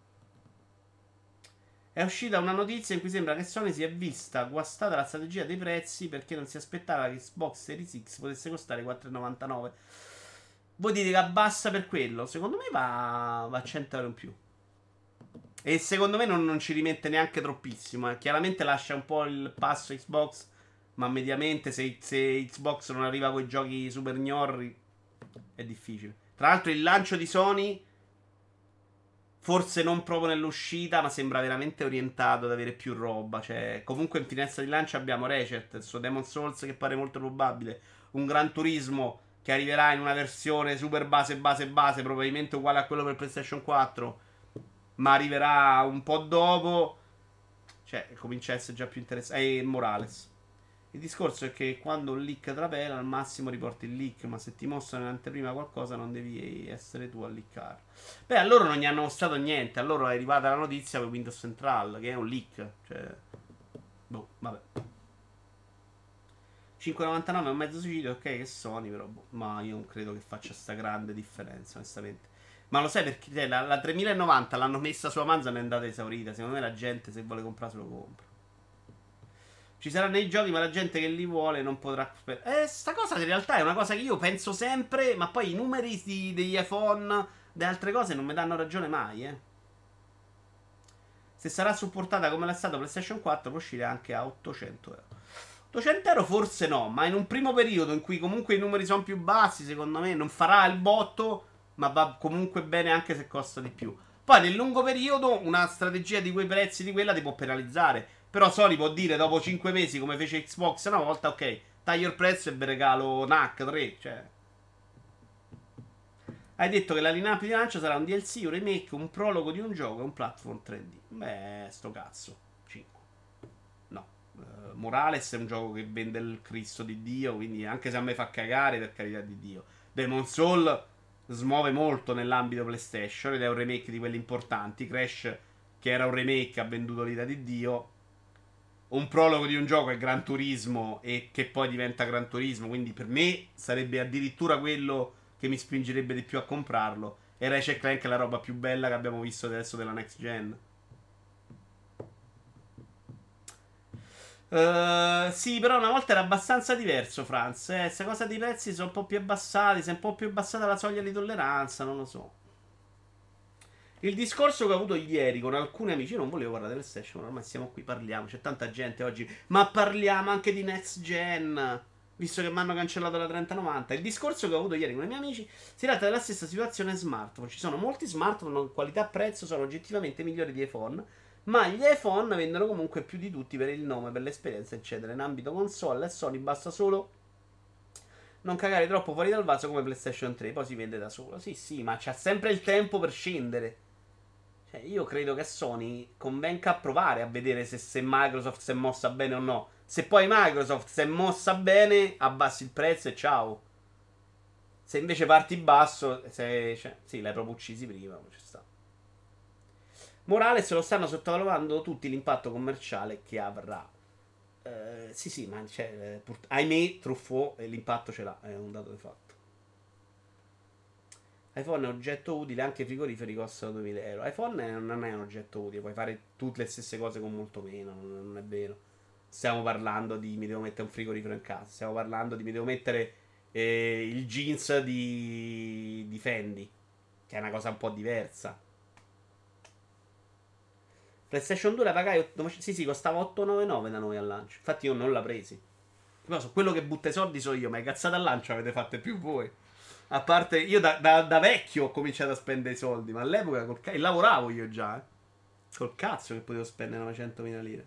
È uscita una notizia in cui sembra che Sony si è vista guastata la strategia dei prezzi perché non si aspettava che Xbox Series X potesse costare quattro e novantanove. Voi dite che abbassa per quello? Secondo me va, va a cento euro in più. E secondo me non, non ci rimette neanche troppissimo. Eh. Chiaramente lascia un po' il passo Xbox. Ma mediamente se, se Xbox non arriva con i giochi super gnorri è difficile. Tra l'altro il lancio di Sony, forse non proprio nell'uscita, ma sembra veramente orientato ad avere più roba. Cioè, comunque in finestra di lancio abbiamo Ratchet, il suo Demon Souls che pare molto probabile, un Gran Turismo che arriverà in una versione super base base base, probabilmente uguale a quello per PlayStation quattro, ma arriverà un po' dopo. Cioè, comincia a essere già più interessante. E Morales. Il discorso è che quando un leak trapela, al massimo riporti il leak, ma se ti mostrano in anteprima qualcosa non devi essere tu a leakare. Beh, a loro non gli hanno mostrato niente, a loro è arrivata la notizia per Windows Central, che è un leak. Cioè, boh, vabbè. cinque e novantanove è un mezzo suicidio, ok, che Sony, però, boh, ma io non credo che faccia sta grande differenza, onestamente. Ma lo sai perché cioè, la, la tremilanovanta l'hanno messa su Amazon e è andata esaurita. Secondo me la gente, se vuole comprare, se lo compra. Ci saranno i giochi, ma la gente che li vuole non potrà. Eh, sta cosa in realtà è una cosa che io penso sempre, ma poi i numeri di, degli iPhone, di altre cose non mi danno ragione mai, eh. Se sarà supportata come l'è stato PlayStation quattro, può uscire anche a ottocento euro. ottocento euro forse no, ma in un primo periodo in cui comunque i numeri sono più bassi, secondo me non farà il botto, ma va comunque bene anche se costa di più. Poi nel lungo periodo una strategia di quei prezzi di quella ti può penalizzare. Però Sony può dire dopo cinque mesi, come fece Xbox una volta, ok, taglio il prezzo e vi regalo N A C tre. Cioè, hai detto che la lineup di lancio sarà un D L C, un remake, un prologo di un gioco e un platform tre D. Beh, sto cazzo. cinque. No. Uh, Morales è un gioco che vende il Cristo di Dio, quindi anche se a me fa cagare, per carità di Dio. Demon Soul smuove molto nell'ambito PlayStation ed è un remake di quelli importanti. Crash, che era un remake, ha venduto l'ira di Dio. Un prologo di un gioco è Gran Turismo e che poi diventa Gran Turismo, quindi per me sarebbe addirittura quello che mi spingerebbe di più a comprarlo. E Ratchet Clank è la roba più bella che abbiamo visto adesso della next gen. Uh, sì, però una volta era abbastanza diverso, Franz. Eh, questa cosa dei prezzi sono un po' più abbassati. Si è un po' più abbassata la soglia di tolleranza, non lo so. Il discorso che ho avuto ieri con alcuni amici, io non volevo parlare delle PlayStation, ormai siamo qui, parliamo, c'è tanta gente oggi, ma parliamo anche di next gen, visto che mi hanno cancellato la trenta novanta. Il discorso che ho avuto ieri con i miei amici si tratta della stessa situazione smartphone. Ci sono molti smartphone con qualità-prezzo, sono oggettivamente migliori di iPhone, ma gli iPhone vendono comunque più di tutti per il nome, per l'esperienza, eccetera. In ambito console, a Sony basta solo non cagare troppo fuori dal vaso come PlayStation tre, poi si vende da solo. Sì, sì, ma c'ha sempre il tempo per scendere. Cioè, io credo che a Sony convenga provare a vedere se, se Microsoft si è mossa bene o no. Se poi Microsoft si è mossa bene, abbassi il prezzo e ciao. Se invece parti basso, se, cioè, sì, l'hai proprio uccisi prima, ci sta. Morales lo stanno sottovalutando tutti l'impatto commerciale che avrà. Eh, sì, sì, ma cioè, pur- ahimè, Truffaut eh, l'impatto ce l'ha, è un dato di fatto. iPhone è un oggetto utile, anche i frigoriferi costano duemila euro. iPhone non è un oggetto utile, puoi fare tutte le stesse cose con molto meno, non, non è vero. Stiamo parlando di mi devo mettere un frigorifero in casa, stiamo parlando di mi devo mettere eh, il jeans di, di Fendi, che è una cosa un po' diversa. PlayStation due la pagai, sì sì, costava ottocentonovantanove da noi al lancio, infatti io non l'ho presi. Però so, quello che butta i soldi so io, ma è cazzate al lancio avete fatte più voi. A parte, io da, da- da vecchio ho cominciato a spendere i soldi, ma all'epoca col ca- e lavoravo io già, eh. Col cazzo che potevo spendere novecentomila lire.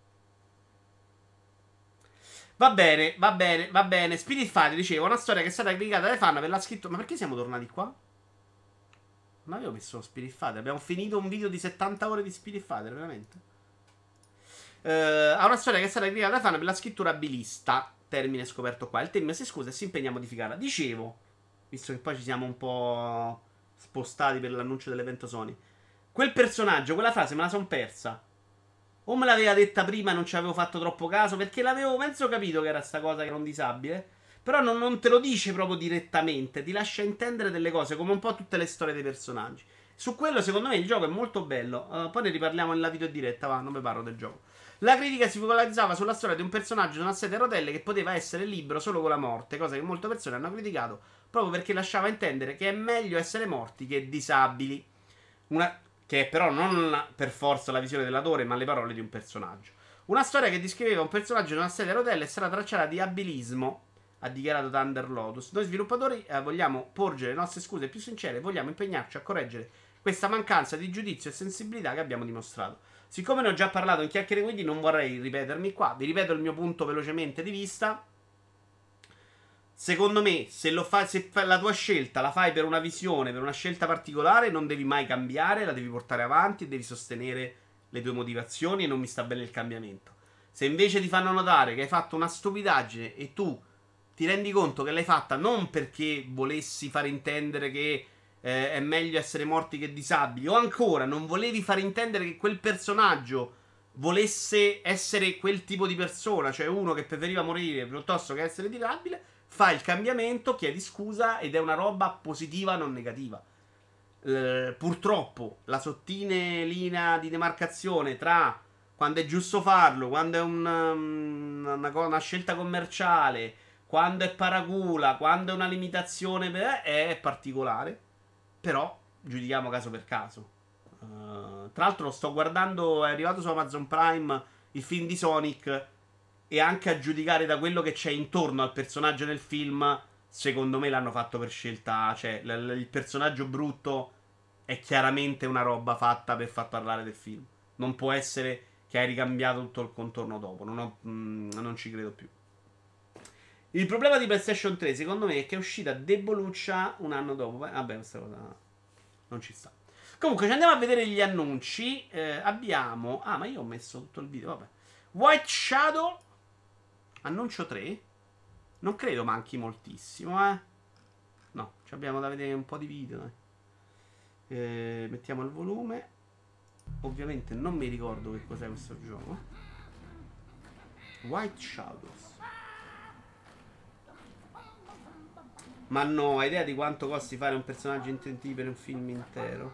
Va bene, va bene, va bene. Spirit Fighter, dicevo, una storia che è stata criticata dai fan per l'ha scritto. Ma perché siamo tornati qua? Non avevo messo lo Spirit Fighter. Abbiamo finito un video di settanta ore di Spirit Fighter, veramente. Eh, ha una storia che è stata criticata dai fan per la scrittura abilista. Termine scoperto qua. Il team si scusa e si impegna a modificarla. Dicevo, visto che poi ci siamo un po' spostati per l'annuncio dell'evento Sony. Quel personaggio, quella frase me la son persa. o me l'aveva detta prima e non ci avevo fatto troppo caso, perché l'avevo mezzo capito che era sta cosa che era un disabile, però non, non te lo dice proprio direttamente, ti lascia intendere delle cose, come un po' tutte le storie dei personaggi. Su quello, secondo me, il gioco è molto bello. Uh, poi ne riparliamo nella video diretta, va, non vi parlo del gioco. La critica si focalizzava sulla storia di un personaggio di una sedia a rotelle che poteva essere libero solo con la morte, cosa che molte persone hanno criticato proprio perché lasciava intendere che è meglio essere morti che disabili. Una, che è però non per forza la visione dell'autore, ma le parole di un personaggio. Una storia che descriveva un personaggio di una sedia a rotelle sarà tracciata di abilismo, ha dichiarato Thunder Lotus. Noi sviluppatori eh, vogliamo porgere le nostre scuse più sincere e vogliamo impegnarci a correggere questa mancanza di giudizio e sensibilità che abbiamo dimostrato. Siccome ne ho già parlato in chiacchiere, quindi non vorrei ripetermi qua. Vi ripeto il mio punto velocemente di vista. Secondo me, se, lo fa, se fa, la tua scelta la fai per una visione, per una scelta particolare, non devi mai cambiare, la devi portare avanti e devi sostenere le tue motivazioni e non mi sta bene il cambiamento. Se invece ti fanno notare che hai fatto una stupidaggine e tu ti rendi conto che l'hai fatta non perché volessi far intendere che eh, è meglio essere morti che disabili, o ancora non volevi far intendere che quel personaggio volesse essere quel tipo di persona, cioè uno che preferiva morire piuttosto che essere disabile, fai il cambiamento, chiedi scusa ed è una roba positiva, non negativa. Eh, purtroppo la sottile linea di demarcazione tra quando è giusto farlo, quando è un, um, una, una scelta commerciale, quando è paracula, quando è una limitazione per, è particolare. Però giudichiamo caso per caso. Uh, tra l'altro sto guardando, è arrivato su Amazon Prime il film di Sonic, e anche a giudicare da quello che c'è intorno al personaggio nel film, secondo me l'hanno fatto per scelta. Cioè l- l- il personaggio brutto è chiaramente una roba fatta per far parlare del film. Non può essere che hai ricambiato tutto il contorno dopo. Non, ho, mm, non ci credo più. Il problema di PlayStation tre, secondo me, è che è uscita deboluccia un anno dopo. Vabbè, questa cosa non ci sta. Comunque, ci andiamo a vedere gli annunci. Eh, abbiamo... Ah, ma io ho messo tutto il video, vabbè. White Shadow, annuncio tre. Non credo manchi moltissimo, eh. No, ci abbiamo da vedere un po' di video, dai. Eh, mettiamo il volume. Ovviamente non mi ricordo che cos'è questo gioco. White Shadows. Ma no, hai idea di quanto costi fare un personaggio intentivo per un film intero?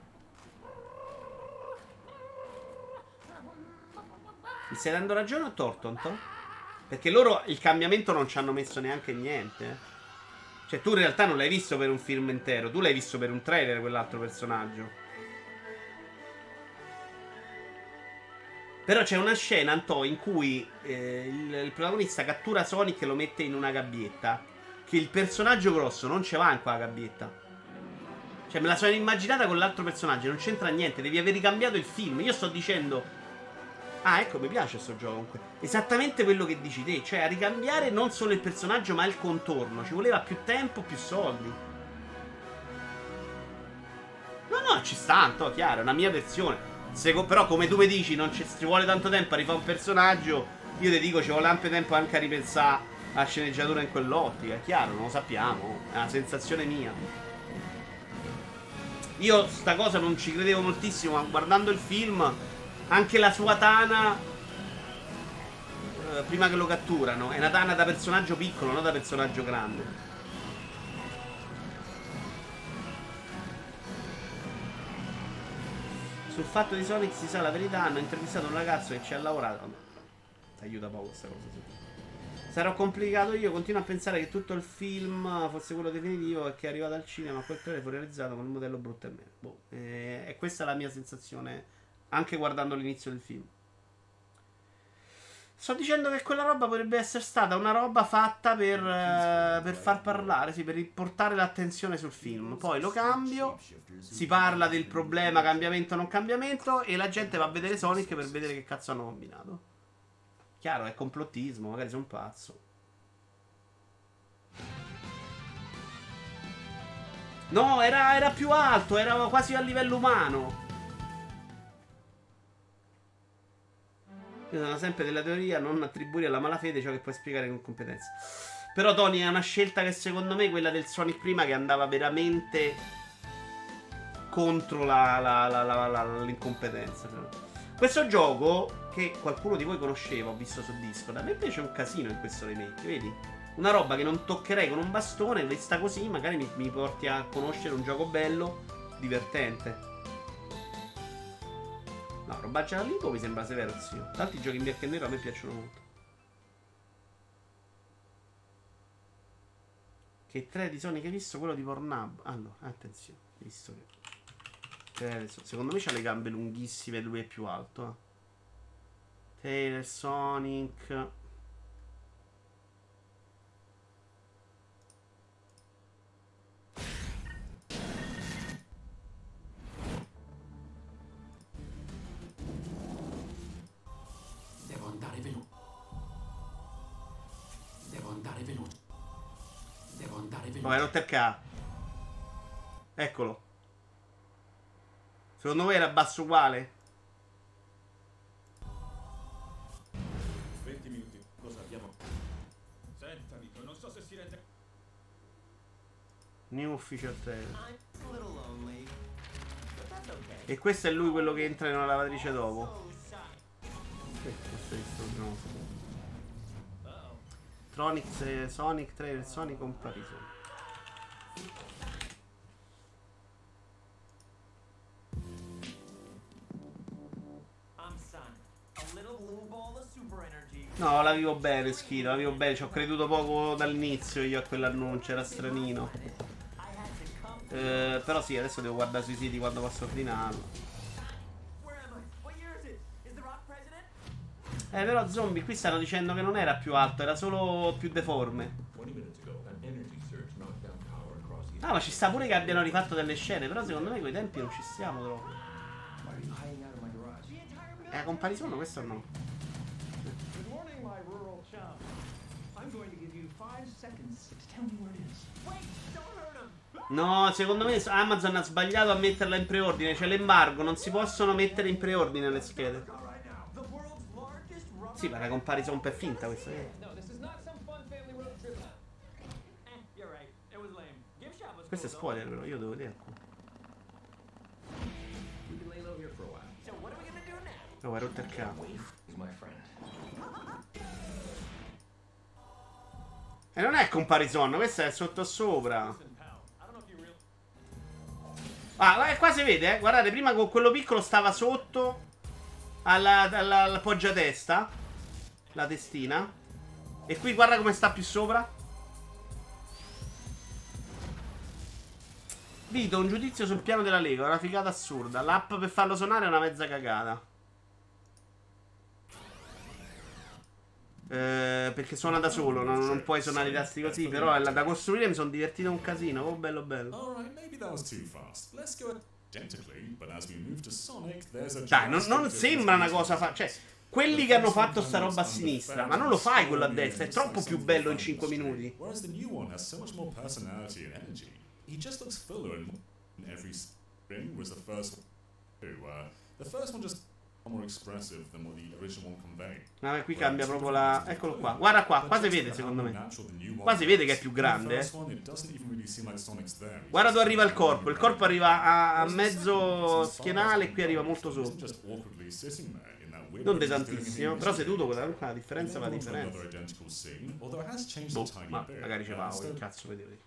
Mi stai dando ragione o torto, Anto? Perché loro il cambiamento non ci hanno messo neanche niente. eh. Cioè tu in realtà non l'hai visto per un film intero, tu l'hai visto per un trailer quell'altro personaggio. Però c'è una scena, Anto, in cui eh, il, il protagonista cattura Sonic e lo mette in una gabbietta, che il personaggio grosso non ce va in quella gabbietta. Cioè me la sono immaginata con l'altro personaggio, non c'entra niente, devi aver ricambiato il film. Io sto dicendo... Ah, ecco, mi piace sto gioco comunque. Esattamente quello che dici te, cioè a ricambiare non solo il personaggio ma il contorno. Ci voleva più tempo, più soldi. No, no, ci sta, Anto, chiaro, è una mia versione. Se, però come tu mi dici non ci, ci vuole tanto tempo a rifare un personaggio, io ti dico ci vuole ampio tempo anche a ripensare la sceneggiatura in quell'ottica, è chiaro, non lo sappiamo, è una sensazione mia. Io sta cosa non ci credevo moltissimo, ma guardando il film, anche la sua tana, eh, prima che lo catturano, è una tana da personaggio piccolo, non da personaggio grande. Sul fatto di Sonic si sa la verità, hanno intervistato un ragazzo che ci ha lavorato. Vabbè, aiuta poco questa cosa, sì. Sarò complicato io, continuo a pensare che tutto il film fosse quello definitivo e che è arrivato al cinema, quel trailer fu realizzato con il modello brutto e meno. Boh, eh, e questa è la mia sensazione anche guardando l'inizio del film. Sto dicendo che quella roba potrebbe essere stata una roba fatta per, eh, per far parlare, sì, per riportare l'attenzione sul film. Poi lo cambio, si parla del problema cambiamento o non cambiamento e la gente va a vedere Sonic per vedere che cazzo hanno combinato. Chiaro, è complottismo, magari sono pazzo. No, era, era più alto, era quasi a livello umano. Io sono sempre della teoria non attribuire alla malafede ciò che puoi spiegare con competenza. Però Tony è una scelta che secondo me, quella del Sonic prima, che andava veramente contro la, la, la, la, la, l'incompetenza. Questo gioco, che qualcuno di voi conosceva, ho visto su Discord, a me piace un casino in questo remake, vedi? Una roba che non toccherei con un bastone, vista così, magari mi, mi porti a conoscere un gioco bello, divertente. No, robaccia da Lipo mi sembra severo, zio. Tanti giochi in bianco e nero a me piacciono molto. Che tre di Sonic hai visto? Quello di Pornhub. Allora, attenzione, visto che eh, secondo me c'ha le gambe lunghissime e lui è più alto, eh. Taylor, Sonic. Devo andare veloce. Devo andare veloce. Devo andare veloce. Vabbè, non terca. Eccolo. Secondo voi era basso uguale? venti minuti, cosa abbiamo? Senta, Nico, non so se si rende... New official trailer. E questo è lui quello che entra in una lavatrice dopo. Sì, questo è visto no. Tronic, eh, Sonic trailer, Sonic Comparison. No, la vivo bene, Schino, la vivo bene. Ci ho creduto poco dall'inizio io a quell'annuncio, era stranino. Eh, però sì, adesso devo guardare sui siti quando posso ordinarlo. Eh, però zombie qui stanno dicendo che non era più alto, era solo più deforme. Ah, ma ci sta pure che abbiano rifatto delle scene, però secondo me coi tempi non ci stiamo troppo. Eh, a comparison questo no. No, secondo me Amazon ha sbagliato a metterla in preordine. C'è l'embargo, non si possono mettere in preordine le schede. Sì, ma la comparison per finta questa. Eh. Questo è spoiler però, io devo vedere. Oh, è rotto il capo. E non è comparison, questa è sotto sopra. Ah, qua si vede, eh. Guardate, prima con quello piccolo stava sotto alla, alla, alla poggiatesta. La testina. E qui guarda come sta più sopra. Vito, un giudizio sul piano della Lego. È una figata assurda. L'app per farlo suonare è una mezza cagata. Eh, perché suona da solo, non, non puoi suonare i tasti così. Però è la, da costruire mi sono divertito un casino. Oh, bello bello. Dai, non, non sembra una cosa fa. Cioè, quelli che hanno fatto sta roba a sinistra, ma non lo fai quello a destra. È troppo più bello in cinque minuti. Ma qui cambia proprio la. Eccolo qua. Guarda qua, qua si vede secondo me. Qua si vede che è più grande. Eh. Guarda dove arriva il corpo. Il corpo arriva a, a mezzo schienale e qui arriva molto sotto. Non di tantissimo. Però seduto comunque la differenza fa la differenza. Boh, ma magari ce va. Che cazzo vedete?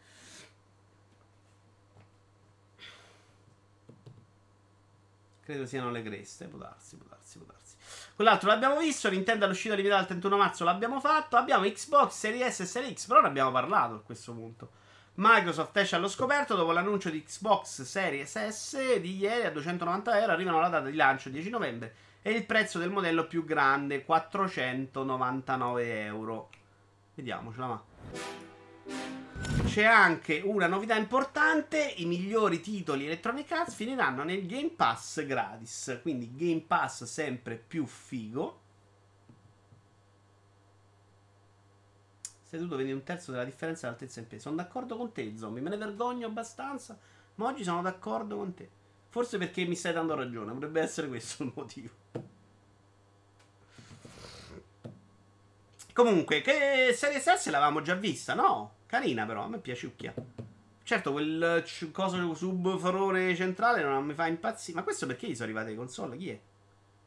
Credo siano le creste. Può darsi, può darsi, può darsi. Quell'altro l'abbiamo visto. Nintendo all'uscita limitata al trentuno marzo l'abbiamo fatto. Abbiamo Xbox Series S e Series X. Però ne abbiamo parlato a questo punto. Microsoft esce allo scoperto dopo l'annuncio di Xbox Series S di ieri a duecentonovanta euro. Arrivano alla data di lancio dieci novembre. E il prezzo del modello più grande quattrocentonovantanove euro. Vediamocela, ma. C'è anche una novità importante: i migliori titoli Electronic Arts finiranno nel Game Pass gratis. Quindi Game Pass sempre più figo. Seduto vedi un terzo della differenza dell'altezza in peso. Sono d'accordo con te, zombie. Me ne vergogno abbastanza, ma oggi sono d'accordo con te. Forse perché mi stai dando ragione. Potrebbe essere questo il motivo. Comunque, che Series S l'avevamo già vista, no? Carina però, a me piaciucchia. Certo, quel coso subfarone centrale non mi fa impazzire. Ma questo perché gli sono arrivate le console? Chi è?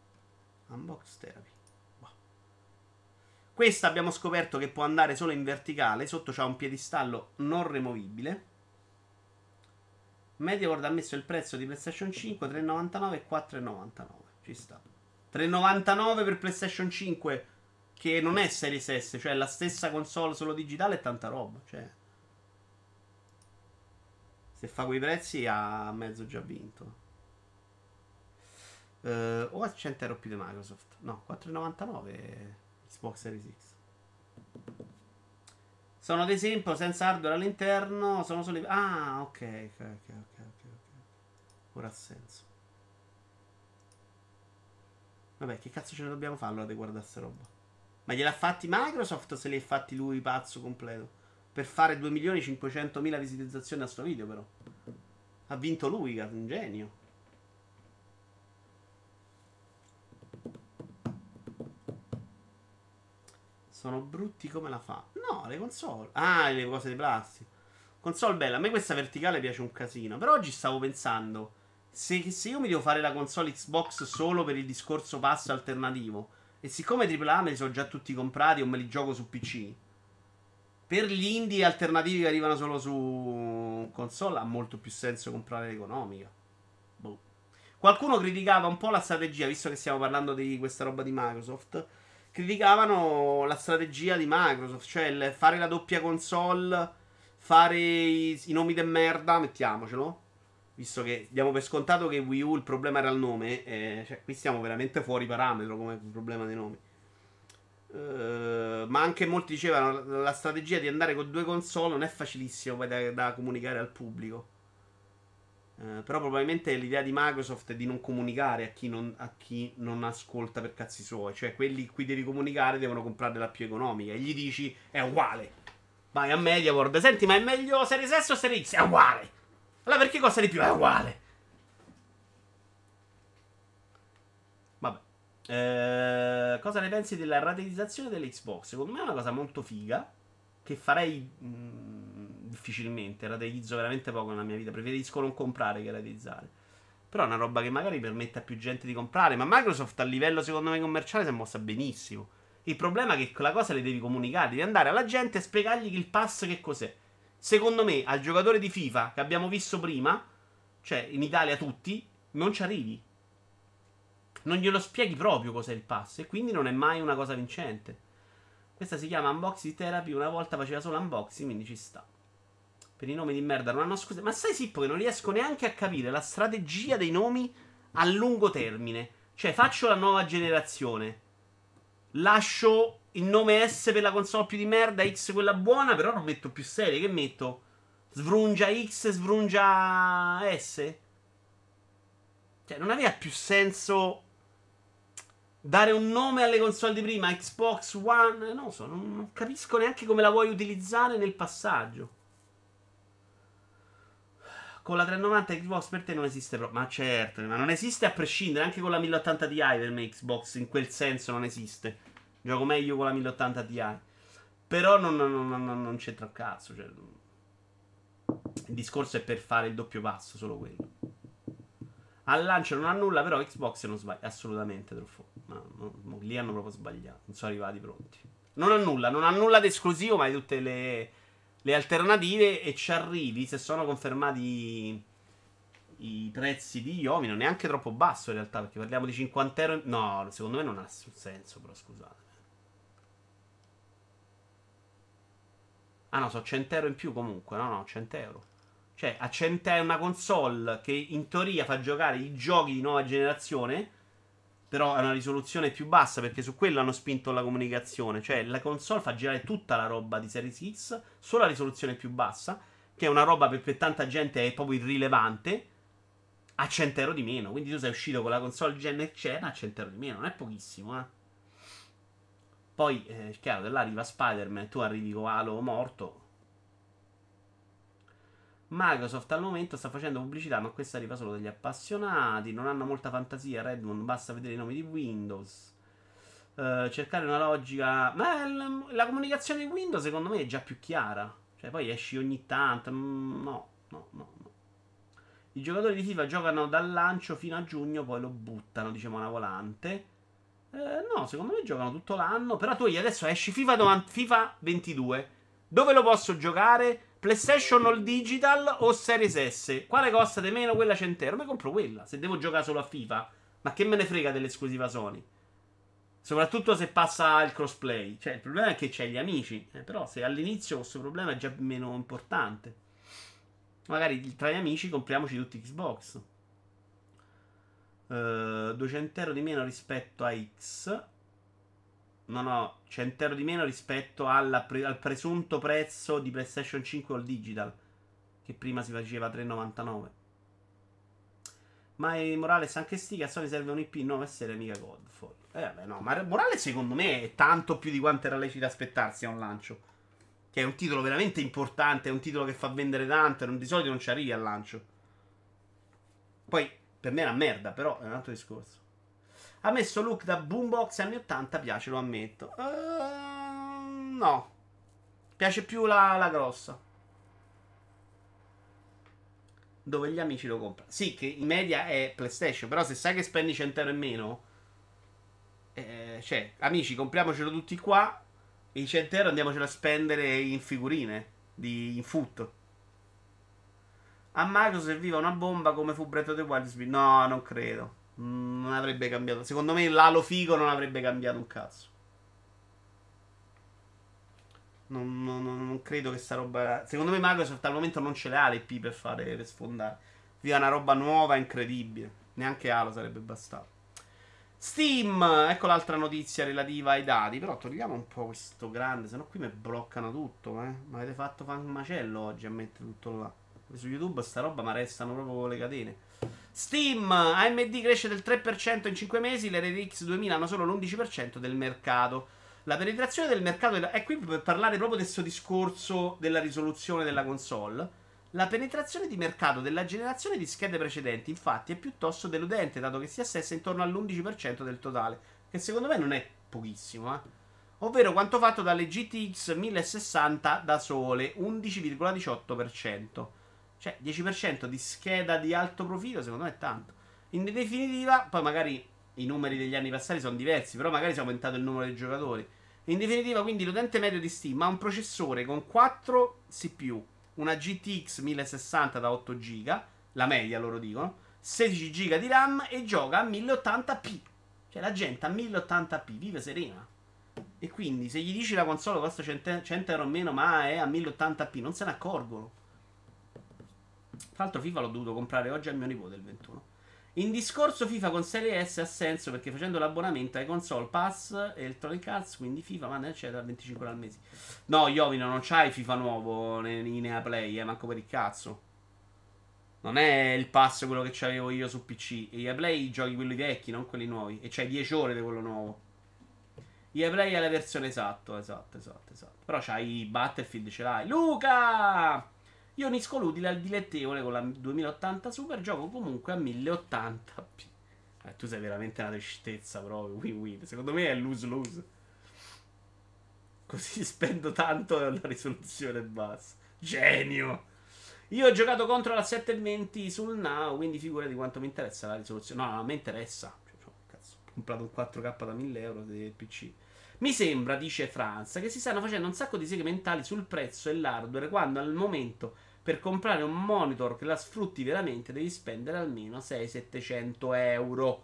Unbox Therapy. Boh. Questa abbiamo scoperto che può andare solo in verticale. Sotto c'ha un piedistallo non removibile. MediaWorld ha messo il prezzo di PlayStation cinque tre e novantanove e quattro e novantanove. Ci sta. tre e novantanove per PlayStation cinque, che non è Series S, cioè la stessa console solo digitale, è tanta roba. Cioè, se fa quei prezzi ha mezzo già vinto. Uh, o a cento euro più di Microsoft. No, quattro e novantanove Xbox Series X. Sono ad esempio senza hardware all'interno. Sono solo. Ah, ok, ok, ok, ok, ok, ok. Ora ha senso. Vabbè, che cazzo ce ne dobbiamo fare allora di guardare sta roba? Ma gliel'ha fatti Microsoft o se li ha fatti lui pazzo completo? Per fare due milioni e cinquecentomila visualizzazioni a sto video, però. Ha vinto lui, che è un genio. Sono brutti come la fa. No, le console. Ah, le cose di plastica. Console bella. A me questa verticale piace un casino. Però oggi stavo pensando, Se, se io mi devo fare la console Xbox solo per il discorso passo alternativo, e siccome tripla A me li sono già tutti comprati o me li gioco su P C, per gli indie alternativi che arrivano solo su console ha molto più senso comprare l'economica. Boh. Qualcuno criticava un po' la strategia, visto che stiamo parlando di questa roba di Microsoft. Criticavano la strategia di Microsoft, cioè il fare la doppia console, fare i, i nomi de merda, mettiamocelo. Visto che diamo per scontato che Wii U il problema era il nome, eh, cioè qui stiamo veramente fuori parametro come problema dei nomi. Uh, ma anche molti dicevano la, la strategia di andare con due console non è facilissimo poi da, da comunicare al pubblico. Uh, però probabilmente l'idea di Microsoft è di non comunicare a chi non, a chi non ascolta per cazzi suoi. Cioè quelli cui devi comunicare devono comprare la più economica. E gli dici è uguale. Vai a MediaWorld, senti, ma è meglio Series S o Series X? È uguale. Allora perché costa di più? È uguale. Vabbè. Eh, cosa ne pensi della rateizzazione dell'Xbox? Secondo me è una cosa molto figa, che farei mh, difficilmente. Rateizzo veramente poco nella mia vita. Preferisco non comprare che rateizzare. Però è una roba che magari permette a più gente di comprare. Ma Microsoft a livello secondo me commerciale si è mossa benissimo. Il problema è che quella cosa le devi comunicare. Devi andare alla gente e spiegargli il pass che cos'è. Secondo me al giocatore di FIFA che abbiamo visto prima, cioè in Italia tutti, non ci arrivi. Non glielo spieghi proprio cos'è il pass, e quindi non è mai una cosa vincente. Questa si chiama Unboxing Therapy. Una volta faceva solo unboxing, quindi ci sta. Per i nomi di merda non hanno scuse. Ma sai Sippo che non riesco neanche a capire la strategia dei nomi a lungo termine. Cioè faccio la nuova generazione, lascio il nome S per la console più di merda, X quella buona, però non metto più serie. Che metto? Svrungia X, svrungia S? Cioè non aveva più senso dare un nome alle console di prima, Xbox One, non lo so, non, non capisco neanche come la vuoi utilizzare nel passaggio. Con la trecentonovanta Xbox per te non esiste proprio. Ma certo, ma non esiste a prescindere. Anche con la mille ottanta Ti per me Xbox in quel senso non esiste. Gioco meglio con la mille ottanta Ti. Però non, non, non, non, non c'entra un cazzo, cioè, il discorso è per fare il doppio passo, solo quello. Al lancio non ha nulla, però Xbox non sbaglia assolutamente troppo. No, no, no, lì hanno proprio sbagliato. Non sono arrivati pronti. Non ha nulla, non ha nulla di esclusivo, ma hai tutte le, le alternative. E ci arrivi se sono confermati i, i prezzi di Iomi. Non è neanche troppo basso in realtà, perché parliamo di cinquanta euro. No, secondo me non ha senso, però scusate. Ah no, so cento euro in più comunque. No, no, cento euro. Cioè, a cento euro una console che in teoria fa giocare i giochi di nuova generazione, però è una risoluzione più bassa, perché su quello hanno spinto la comunicazione. Cioè, la console fa girare tutta la roba di Series X, solo a risoluzione più bassa, che è una roba per, per tanta gente è proprio irrilevante, a cento euro di meno. Quindi tu sei uscito con la console Gen Next Gen a cento euro di meno. Non è pochissimo, eh. Poi, eh, chiaro, da là arriva Spider-Man, tu arrivi con Halo morto. Microsoft al momento sta facendo pubblicità, ma questa arriva solo dagli appassionati. Non hanno molta fantasia, Redmond, basta vedere i nomi di Windows. Uh, cercare una logica. Ma l- la comunicazione di Windows secondo me è già più chiara. Cioè poi esci ogni tanto. Mm, no, no, no, no. I giocatori di FIFA giocano dal lancio fino a giugno, poi lo buttano, dice Mona Volante. Eh, no, secondo me giocano tutto l'anno. Però tu adesso esci FIFA, novanta FIFA ventidue. Dove lo posso giocare? PlayStation All Digital o Series S? Quale costa di meno? Quella cento euro. Mi compro quella. Se devo giocare solo a FIFA. Ma che me ne frega dell'esclusiva Sony? Soprattutto se passa il crossplay. Cioè, il problema è che c'hai gli amici. Eh, però se all'inizio questo problema è già meno importante. Magari tra gli amici compriamoci tutti Xbox. Uh, duecento euro di meno rispetto a X. No, no, cento euro di meno rispetto alla pre- al presunto prezzo di PlayStation cinque All Digital, che prima si faceva tre virgola novantanove. Ma i Morales anche sti, che a Sony serve un I P nuovo e serie mica Godfall. Eh vabbè, no, ma Morales secondo me è tanto più di quanto era lecito aspettarsi a un lancio. Che è un titolo veramente importante, è un titolo che fa vendere tanto, e di solito non ci arrivi al lancio. Poi, per me è una merda, però è un altro discorso. Ha messo look da boombox anni ottanta, piace, lo ammetto. Uh, no. Piace più la, la grossa. Dove gli amici lo comprano. Sì, che in media è PlayStation, però se sai che spendi cento euro in meno, eh, cioè, amici, compriamocelo tutti qua. E i cento euro andiamocelo a spendere in figurine, di, in foot. A Mario serviva una bomba come fu Breath of the Wild. No, non credo. Non avrebbe cambiato. Secondo me l'Halo figo non avrebbe cambiato un cazzo. Non, non, non credo che sta roba. Secondo me Microsoft al momento non ce le ha le I P per fare, per sfondare. Via una roba nuova, incredibile. Neanche Halo sarebbe bastato. Steam, ecco l'altra notizia relativa ai dati. Però togliamo un po' questo grande, sennò qui mi bloccano tutto, eh. Ma avete fatto fan macello oggi a mettere tutto là. Su YouTube sta roba ma restano proprio le catene. Steam, A M D cresce del tre per cento in cinque mesi, le R T X duemila hanno solo l'undici per cento del mercato. La penetrazione del mercato è qui per parlare proprio del suo discorso della risoluzione della console. La penetrazione di mercato della generazione di schede precedenti, infatti, è piuttosto deludente, dato che si assesta intorno all'undici per cento del totale, che secondo me non è pochissimo, eh. Ovvero quanto fatto dalle G T X mille sessanta da sole, undici virgola diciotto per cento. Cioè, dieci per cento di scheda di alto profilo, secondo me è tanto. In definitiva, poi magari i numeri degli anni passati sono diversi, però magari si è aumentato il numero dei giocatori. In definitiva, quindi, l'utente medio di Steam ha un processore con quattro C P U, una G T X mille sessanta da otto giga, la media loro dicono, sedici giga di RAM e gioca a mille ottanta p. Cioè, la gente a mille ottanta p vive serena. E quindi, se gli dici la console costa cento euro in meno, ma è a mille ottanta p, non se ne accorgono. Tra l'altro FIFA l'ho dovuto comprare oggi a mio nipote il ventuno. In discorso FIFA con Serie S ha senso perché facendo l'abbonamento ai console pass e Electronic Arts, quindi FIFA, ma eccetera, venticinque euro al mese. No, Iovino, non c'hai FIFA nuovo in E A Play, eh, manco per il cazzo. Non è il pass quello che c'avevo io su P C. E A Play giochi quelli vecchi, non quelli nuovi. E c'hai dieci ore di quello nuovo. E A Play è la versione esatto, esatto, esatto, esatto. Però c'hai Battlefield, ce l'hai. Luca! Io unisco l'utile al dilettevole con la duemila ottanta Super, gioco comunque a mille ottanta p. Eh, tu sei veramente una tristezza proprio, win-win. Secondo me è lose-lose. Così spendo tanto e la risoluzione bassa. Genio! Io ho giocato contro la settecentoventi sul Now, quindi figurati quanto mi interessa la risoluzione. No, no, mi interessa. Cioè, cazzo, ho comprato un quattro K da mille euro del P C. Mi sembra, dice Franz, che si stanno facendo un sacco di segmentali sul prezzo e l'hardware, quando al momento per comprare un monitor che la sfrutti veramente devi spendere almeno seicento settecento euro.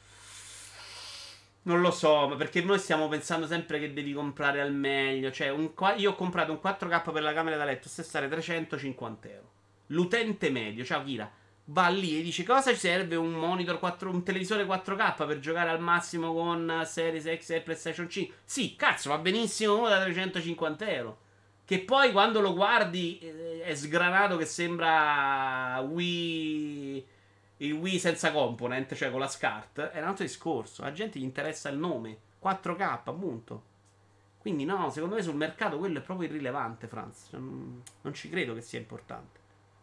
Non lo so, perché noi stiamo pensando sempre che devi comprare al meglio. Cioè, un, io ho comprato un quattro K per la camera da letto, stare trecentocinquanta euro. L'utente medio, ciao Kira, va lì e dice: cosa ci serve un monitor quattro, un televisore quattro K per giocare al massimo con Series X e PlayStation cinque? Sì, cazzo, va benissimo uno da trecentocinquanta euro. Che poi quando lo guardi eh, è sgranato che sembra Wii, il Wii senza component, cioè con la SCART. È un altro discorso. La gente gli interessa il nome quattro K, appunto. Quindi no, secondo me sul mercato quello è proprio irrilevante, Franz. Cioè, non, non ci credo che sia importante.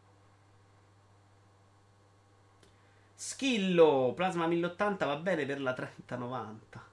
Schillo, Plasma mille ottanta va bene per la trenta novanta.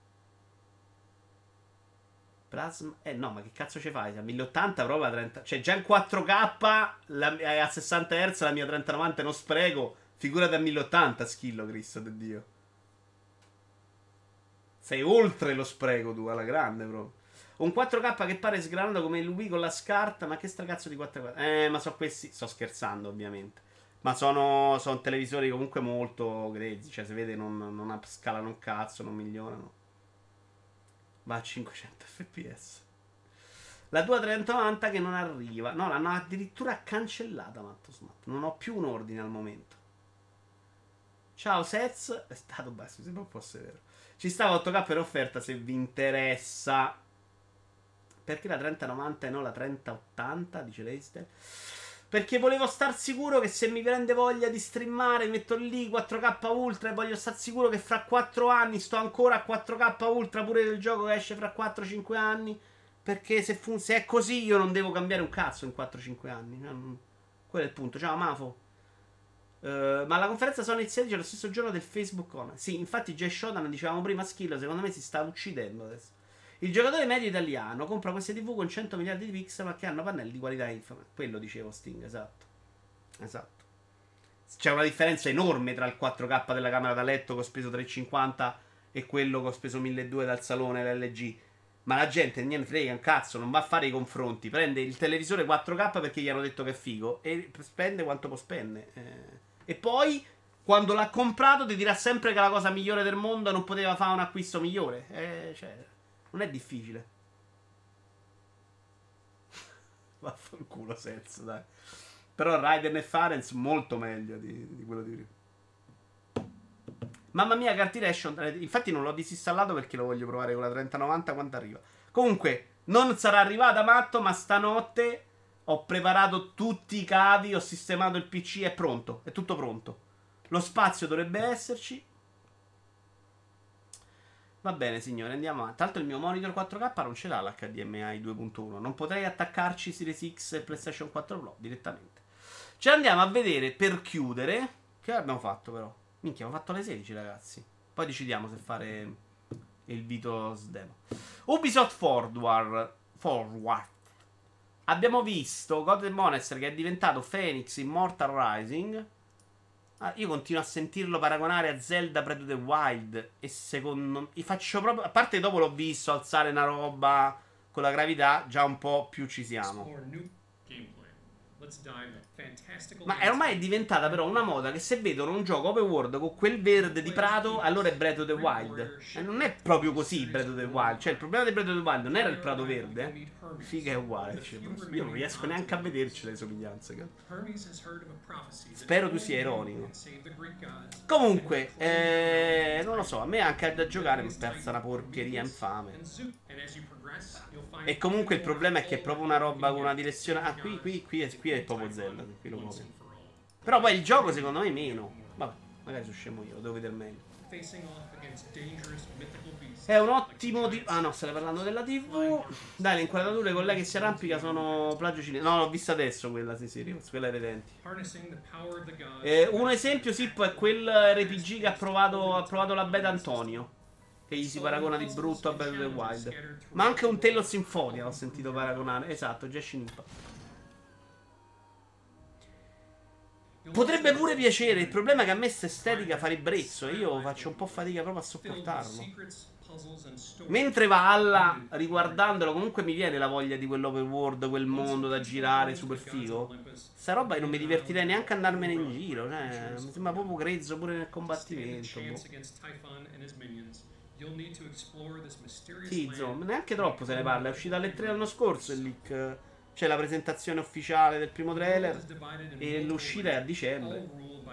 Plasma, eh no, ma che cazzo ci fai? A mille ottanta proprio a trenta. Cioè, già in quattro K la, eh, a sessanta hertz la mia trenta novanta è uno spreco. Figurati a mille ottanta, Schillo, Cristo de Dio. Sei oltre lo spreco tu, alla grande proprio. Un quattro K che pare sgranato come il Wii con la scarta. Ma che stracazzo di quattro K? Eh, ma so questi. Sto scherzando, ovviamente. Ma sono, sono televisori comunque molto grezzi. Cioè, si vede, non, non scalano un cazzo, non migliorano. Va a cinquecento F P S. La tua trenta novanta che non arriva. No, l'hanno addirittura cancellata, Matto Smart. Non ho più un ordine al momento. Ciao Sez. È stato basso, mi sembra un po' severo. Ci stava otto K per offerta se vi interessa. Perché la trenta novanta e non la trenta ottanta? Dice Leister. Perché volevo star sicuro che se mi prende voglia di streamare, metto lì quattro K Ultra e voglio star sicuro che fra quattro anni sto ancora a quattro K Ultra pure del gioco che esce fra quattro cinque anni. Perché se, fu- se è così io non devo cambiare un cazzo in quattro cinque anni. Non... Quello è il punto. Ciao Mafo. Uh, ma la conferenza Sony sedici è lo stesso giorno del Facebook On. Sì, infatti Jay Shodan, dicevamo prima, Skill, secondo me si sta uccidendo adesso. Il giocatore medio italiano compra queste tivù con cento miliardi di pixel ma che hanno pannelli di qualità infame. Quello dicevo Sting, esatto. Esatto. C'è una differenza enorme tra il quattro K della camera da letto che ho speso trecentocinquanta e quello che ho speso milleduecento dal salone L G. Ma la gente niente frega un cazzo, non va a fare i confronti. Prende il televisore quattro K perché gli hanno detto che è figo e spende quanto può spendere. Eh. E poi, quando l'ha comprato, ti dirà sempre che è la cosa migliore del mondo e non poteva fare un acquisto migliore. Eh, cioè, non è difficile. Vaffanculo senso, dai. Però Raiden e Farenz molto meglio di, di quello di prima. Mamma mia, Cartiration. Infatti non l'ho disinstallato perché lo voglio provare con la trenta novanta quando arriva. Comunque, non sarà arrivata, Matto, ma stanotte ho preparato tutti i cavi, ho sistemato il P C, è pronto, è tutto pronto. Lo spazio dovrebbe esserci. Va bene, signore, andiamo avanti. Tra l'altro il mio monitor quattro K non ce l'ha l'H D M I due punto uno. Non potrei attaccarci Series X e PlayStation quattro Pro direttamente. Ce l'andiamo a vedere per chiudere. Che abbiamo fatto però? Minchia, abbiamo fatto alle sedici, ragazzi. Poi decidiamo se fare il Vitos demo. Ubisoft Forward. Forward. Abbiamo visto God of Monster che è diventato Phoenix Immortal Rising. Ah, io continuo a sentirlo paragonare a Zelda Breath of the Wild. E secondo me faccio proprio. A parte dopo l'ho visto alzare una roba con la gravità, già un po' più ci siamo. Ma è ormai diventata però una moda che se vedono un gioco open world con quel verde di prato, allora è Breath of the Wild. E non è proprio così Breath of the Wild. Cioè il problema di Breath of the Wild non era il prato verde. Figa è uguale. Cioè, io non riesco neanche a vederci le somiglianze. Spero tu sia ironico. Comunque, eh, non lo so, a me anche da giocare mi è persa una porcheria infame. E comunque il problema è che è proprio una roba con una direzione. Ah, qui, qui, qui, è, qui è proprio Zelda. Qui lo muovo. Però poi il gioco secondo me è meno. Vabbè, magari sono scemo io, lo devo vedere meglio. È un ottimo di... Ah no, stai parlando della tivù. Dai, le inquadrature con lei che si arrampica sono plagio cinese. No, l'ho vista adesso quella, sì, sì, quella è Redenti. Eh, un esempio, Sippo, è quel R P G che ha provato, ha provato la beta Antonio. Che gli si paragona di brutto a Breath of the Wild. Ma anche un Tale of Symphonia l'ho sentito paragonare. Esatto, Genshin Impact. Potrebbe pure piacere. Il problema è che a me sta estetica fa ribrezzo e io faccio un po' fatica proprio a sopportarlo. Mentre Valhalla, riguardandolo, comunque mi viene la voglia di quell'open world, quel mondo da girare super figo. Sta roba io non mi divertirei neanche andarmene in giro. Cioè, mi sembra proprio grezzo pure nel combattimento. Boh. Sì, insomma, neanche troppo se ne parla. È uscito alle tre l'anno scorso il leak. C'è la presentazione ufficiale del primo trailer e l'uscita è a dicembre.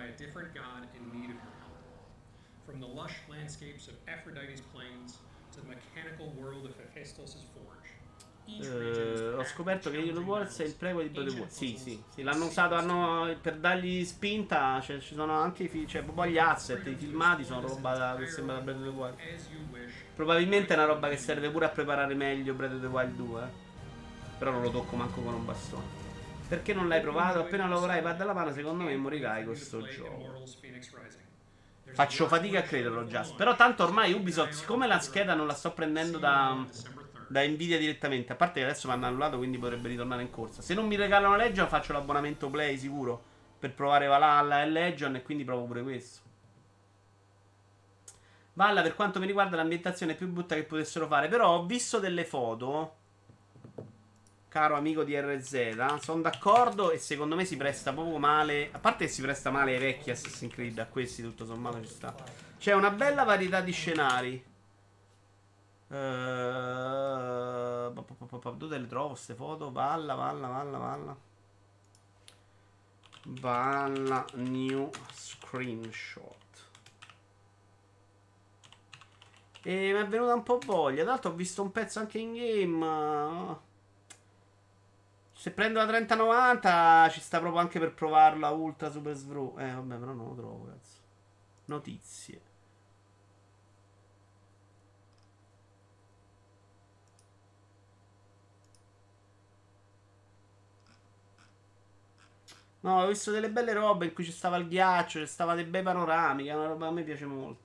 Uh, ho scoperto che Halo Wars è il prequel di Breath of the Wild. Sì, sì, sì, l'hanno usato hanno, per dargli spinta. Cioè, ci sono anche i fi- cioè, proprio gli asset, i filmati sono roba da, che sembra da Breath of the Wild. Probabilmente è una roba che serve pure a preparare meglio Breath of the Wild due. Eh. Però non lo tocco manco con un bastone. Perché non l'hai provato? Appena lo avrai, va dalla mano, secondo me morirai con sto gioco. Faccio fatica a crederlo già. Però tanto ormai Ubisoft, siccome la scheda non la sto prendendo da, da Nvidia direttamente, a parte che adesso mi hanno annullato, quindi potrebbe ritornare in corsa. Se non mi regalano Legion faccio l'abbonamento Play sicuro per provare Valhalla e Legion e quindi provo pure questo. Valla, per quanto mi riguarda, l'ambientazione è più brutta che potessero fare. Però ho visto delle foto, caro amico di R Z. Sono d'accordo e secondo me si presta poco male. A parte che si presta male ai vecchi Assassin's Creed, a questi tutto sommato ci sta. C'è una bella varietà di scenari. Uh, dove le trovo queste foto? Valla, valla, valla, valla. Valla, new screenshot. E mi è venuta un po' voglia. Tra l'altro ho visto un pezzo anche in game. Se prendo la trenta novanta ci sta proprio anche per provarla Ultra Super Svru. Eh vabbè, però non lo trovo, cazzo. Notizie. No, ho visto delle belle robe in cui ci stava il ghiaccio, ci stava dei bei panorami, che è una roba che a me piace molto.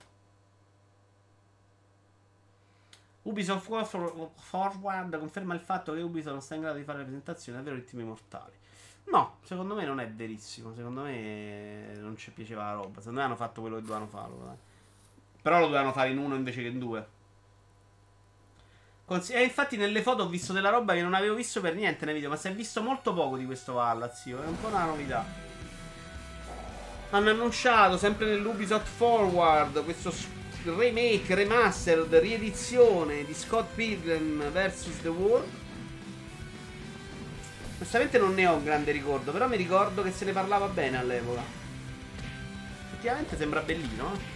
Ubisoft Forward conferma il fatto che Ubisoft non sta in grado di fare le presentazioni davvero vittime mortali. No, secondo me non è verissimo. Secondo me non ci piaceva la roba. Secondo me hanno fatto quello che dovevano farlo. Dai. Però lo dovevano fare in uno invece che in due. Consi- e infatti nelle foto ho visto della roba che non avevo visto per niente nei video. Ma si è visto molto poco di questo Valhalla, zio. È un po' una novità. Hanno annunciato sempre nell'Ubisoft Forward questo remake, remastered, riedizione di Scott Pilgrim versus The World. Onestamente non ne ho un grande ricordo, però mi ricordo che se ne parlava bene all'epoca. Effettivamente sembra bellino, eh?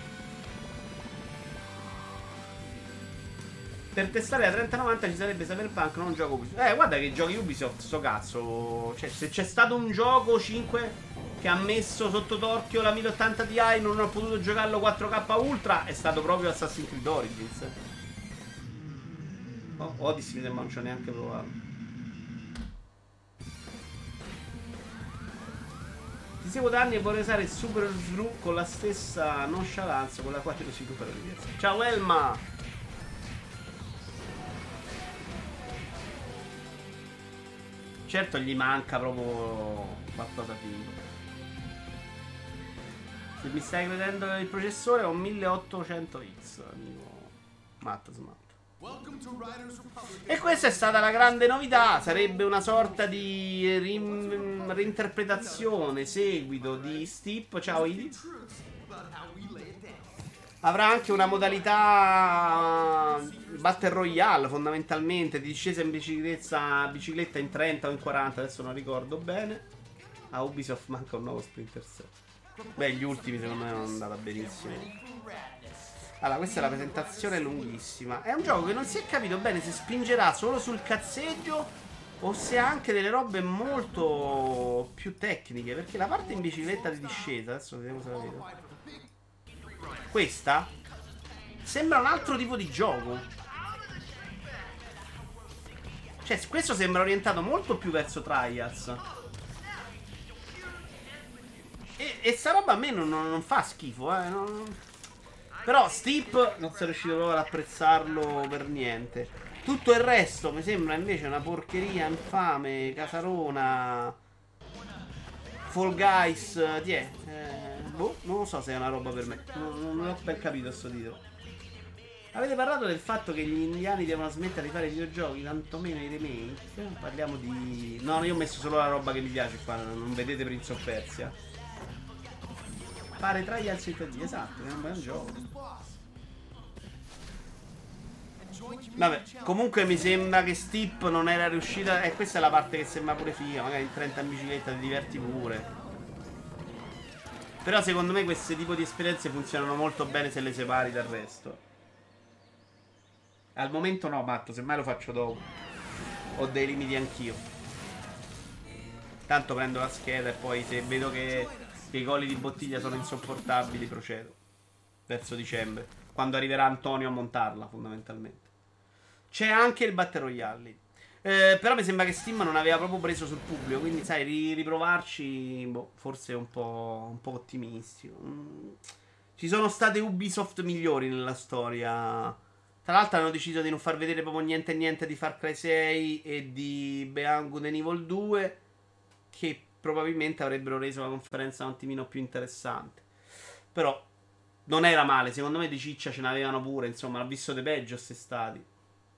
Per testare la trenta novanta ci sarebbe Cyberpunk, non un gioco Ubisoft. Eh, guarda che giochi Ubisoft, sto cazzo. Cioè, se c'è stato un gioco cinque che ha messo sotto torchio la mille ottanta Ti e non ho potuto giocarlo quattro K Ultra, è stato proprio Assassin's Creed Origins. Oh, Odyssey mi sembra non ci ho neanche provato. Ti seguo da anni e vorrei usare il Super Svru con la stessa nonchalance con la quale lo si recupera di piazza. Ciao Elma! Certo gli manca proprio qualcosa figo. Se mi stai credendo il processore ho un milleottocento X, amico Matt Smart. E questa è stata la grande novità. Sarebbe una sorta di rim- reinterpretazione, seguito di Steep. Ciao Idi. Avrà anche una modalità Battle Royale fondamentalmente, di discesa in bicicletta, bicicletta in trenta o in quaranta, adesso non ricordo bene. A Ubisoft manca un nuovo Splinter Cell. Beh, gli ultimi secondo me non è andata benissimo. Allora, questa è la presentazione lunghissima. È un gioco che non si è capito bene se spingerà solo sul cazzeggio o se ha anche delle robe molto più tecniche. Perché la parte in bicicletta di discesa, adesso vediamo se la vedo. Questa sembra un altro tipo di gioco. Cioè, questo sembra orientato molto più verso Trials. E, e sta roba a me non, non, non fa schifo, eh. Non... Però Steep non sono riuscito proprio ad apprezzarlo per niente. Tutto il resto mi sembra invece una porcheria infame, casarona. Fall Guys, ti è? Eh, boh, non lo so se è una roba per me. Non, non ho ben capito sto titolo. Avete parlato del fatto che gli indiani devono smettere di fare videogiochi, tantomeno i remake? Parliamo di... No, io ho messo solo la roba che mi piace qua, non vedete Prince of Persia. Fare Trials in tre D, esatto, è un bel gioco. Vabbè, comunque mi sembra che Steep non era riuscita. E eh, questa è la parte che sembra pure figa. Magari in trenta in bicicletta ti diverti pure. Però secondo me questi tipi di esperienze funzionano molto bene se le separi dal resto. Al momento no, Matto, semmai lo faccio dopo. Ho dei limiti anch'io. Tanto prendo la scheda e poi se vedo che, che i colli di bottiglia sono insopportabili procedo. Verso dicembre, quando arriverà Antonio a montarla fondamentalmente. C'è anche il Battle Royale. Eh, però mi sembra che Steam non aveva proprio preso sul pubblico. Quindi, sai, ri- riprovarci. Boh, forse è un po', un po' ottimistico. Mm. Ci sono state Ubisoft migliori nella storia. Tra l'altro, hanno deciso di non far vedere proprio niente e niente di Far Cry sei e di Beyond Good and Evil due. Che probabilmente avrebbero reso la conferenza un attimino più interessante. Però non era male. Secondo me di ciccia ce n'avevano pure. Insomma, l'ho visto di peggio quest'estati.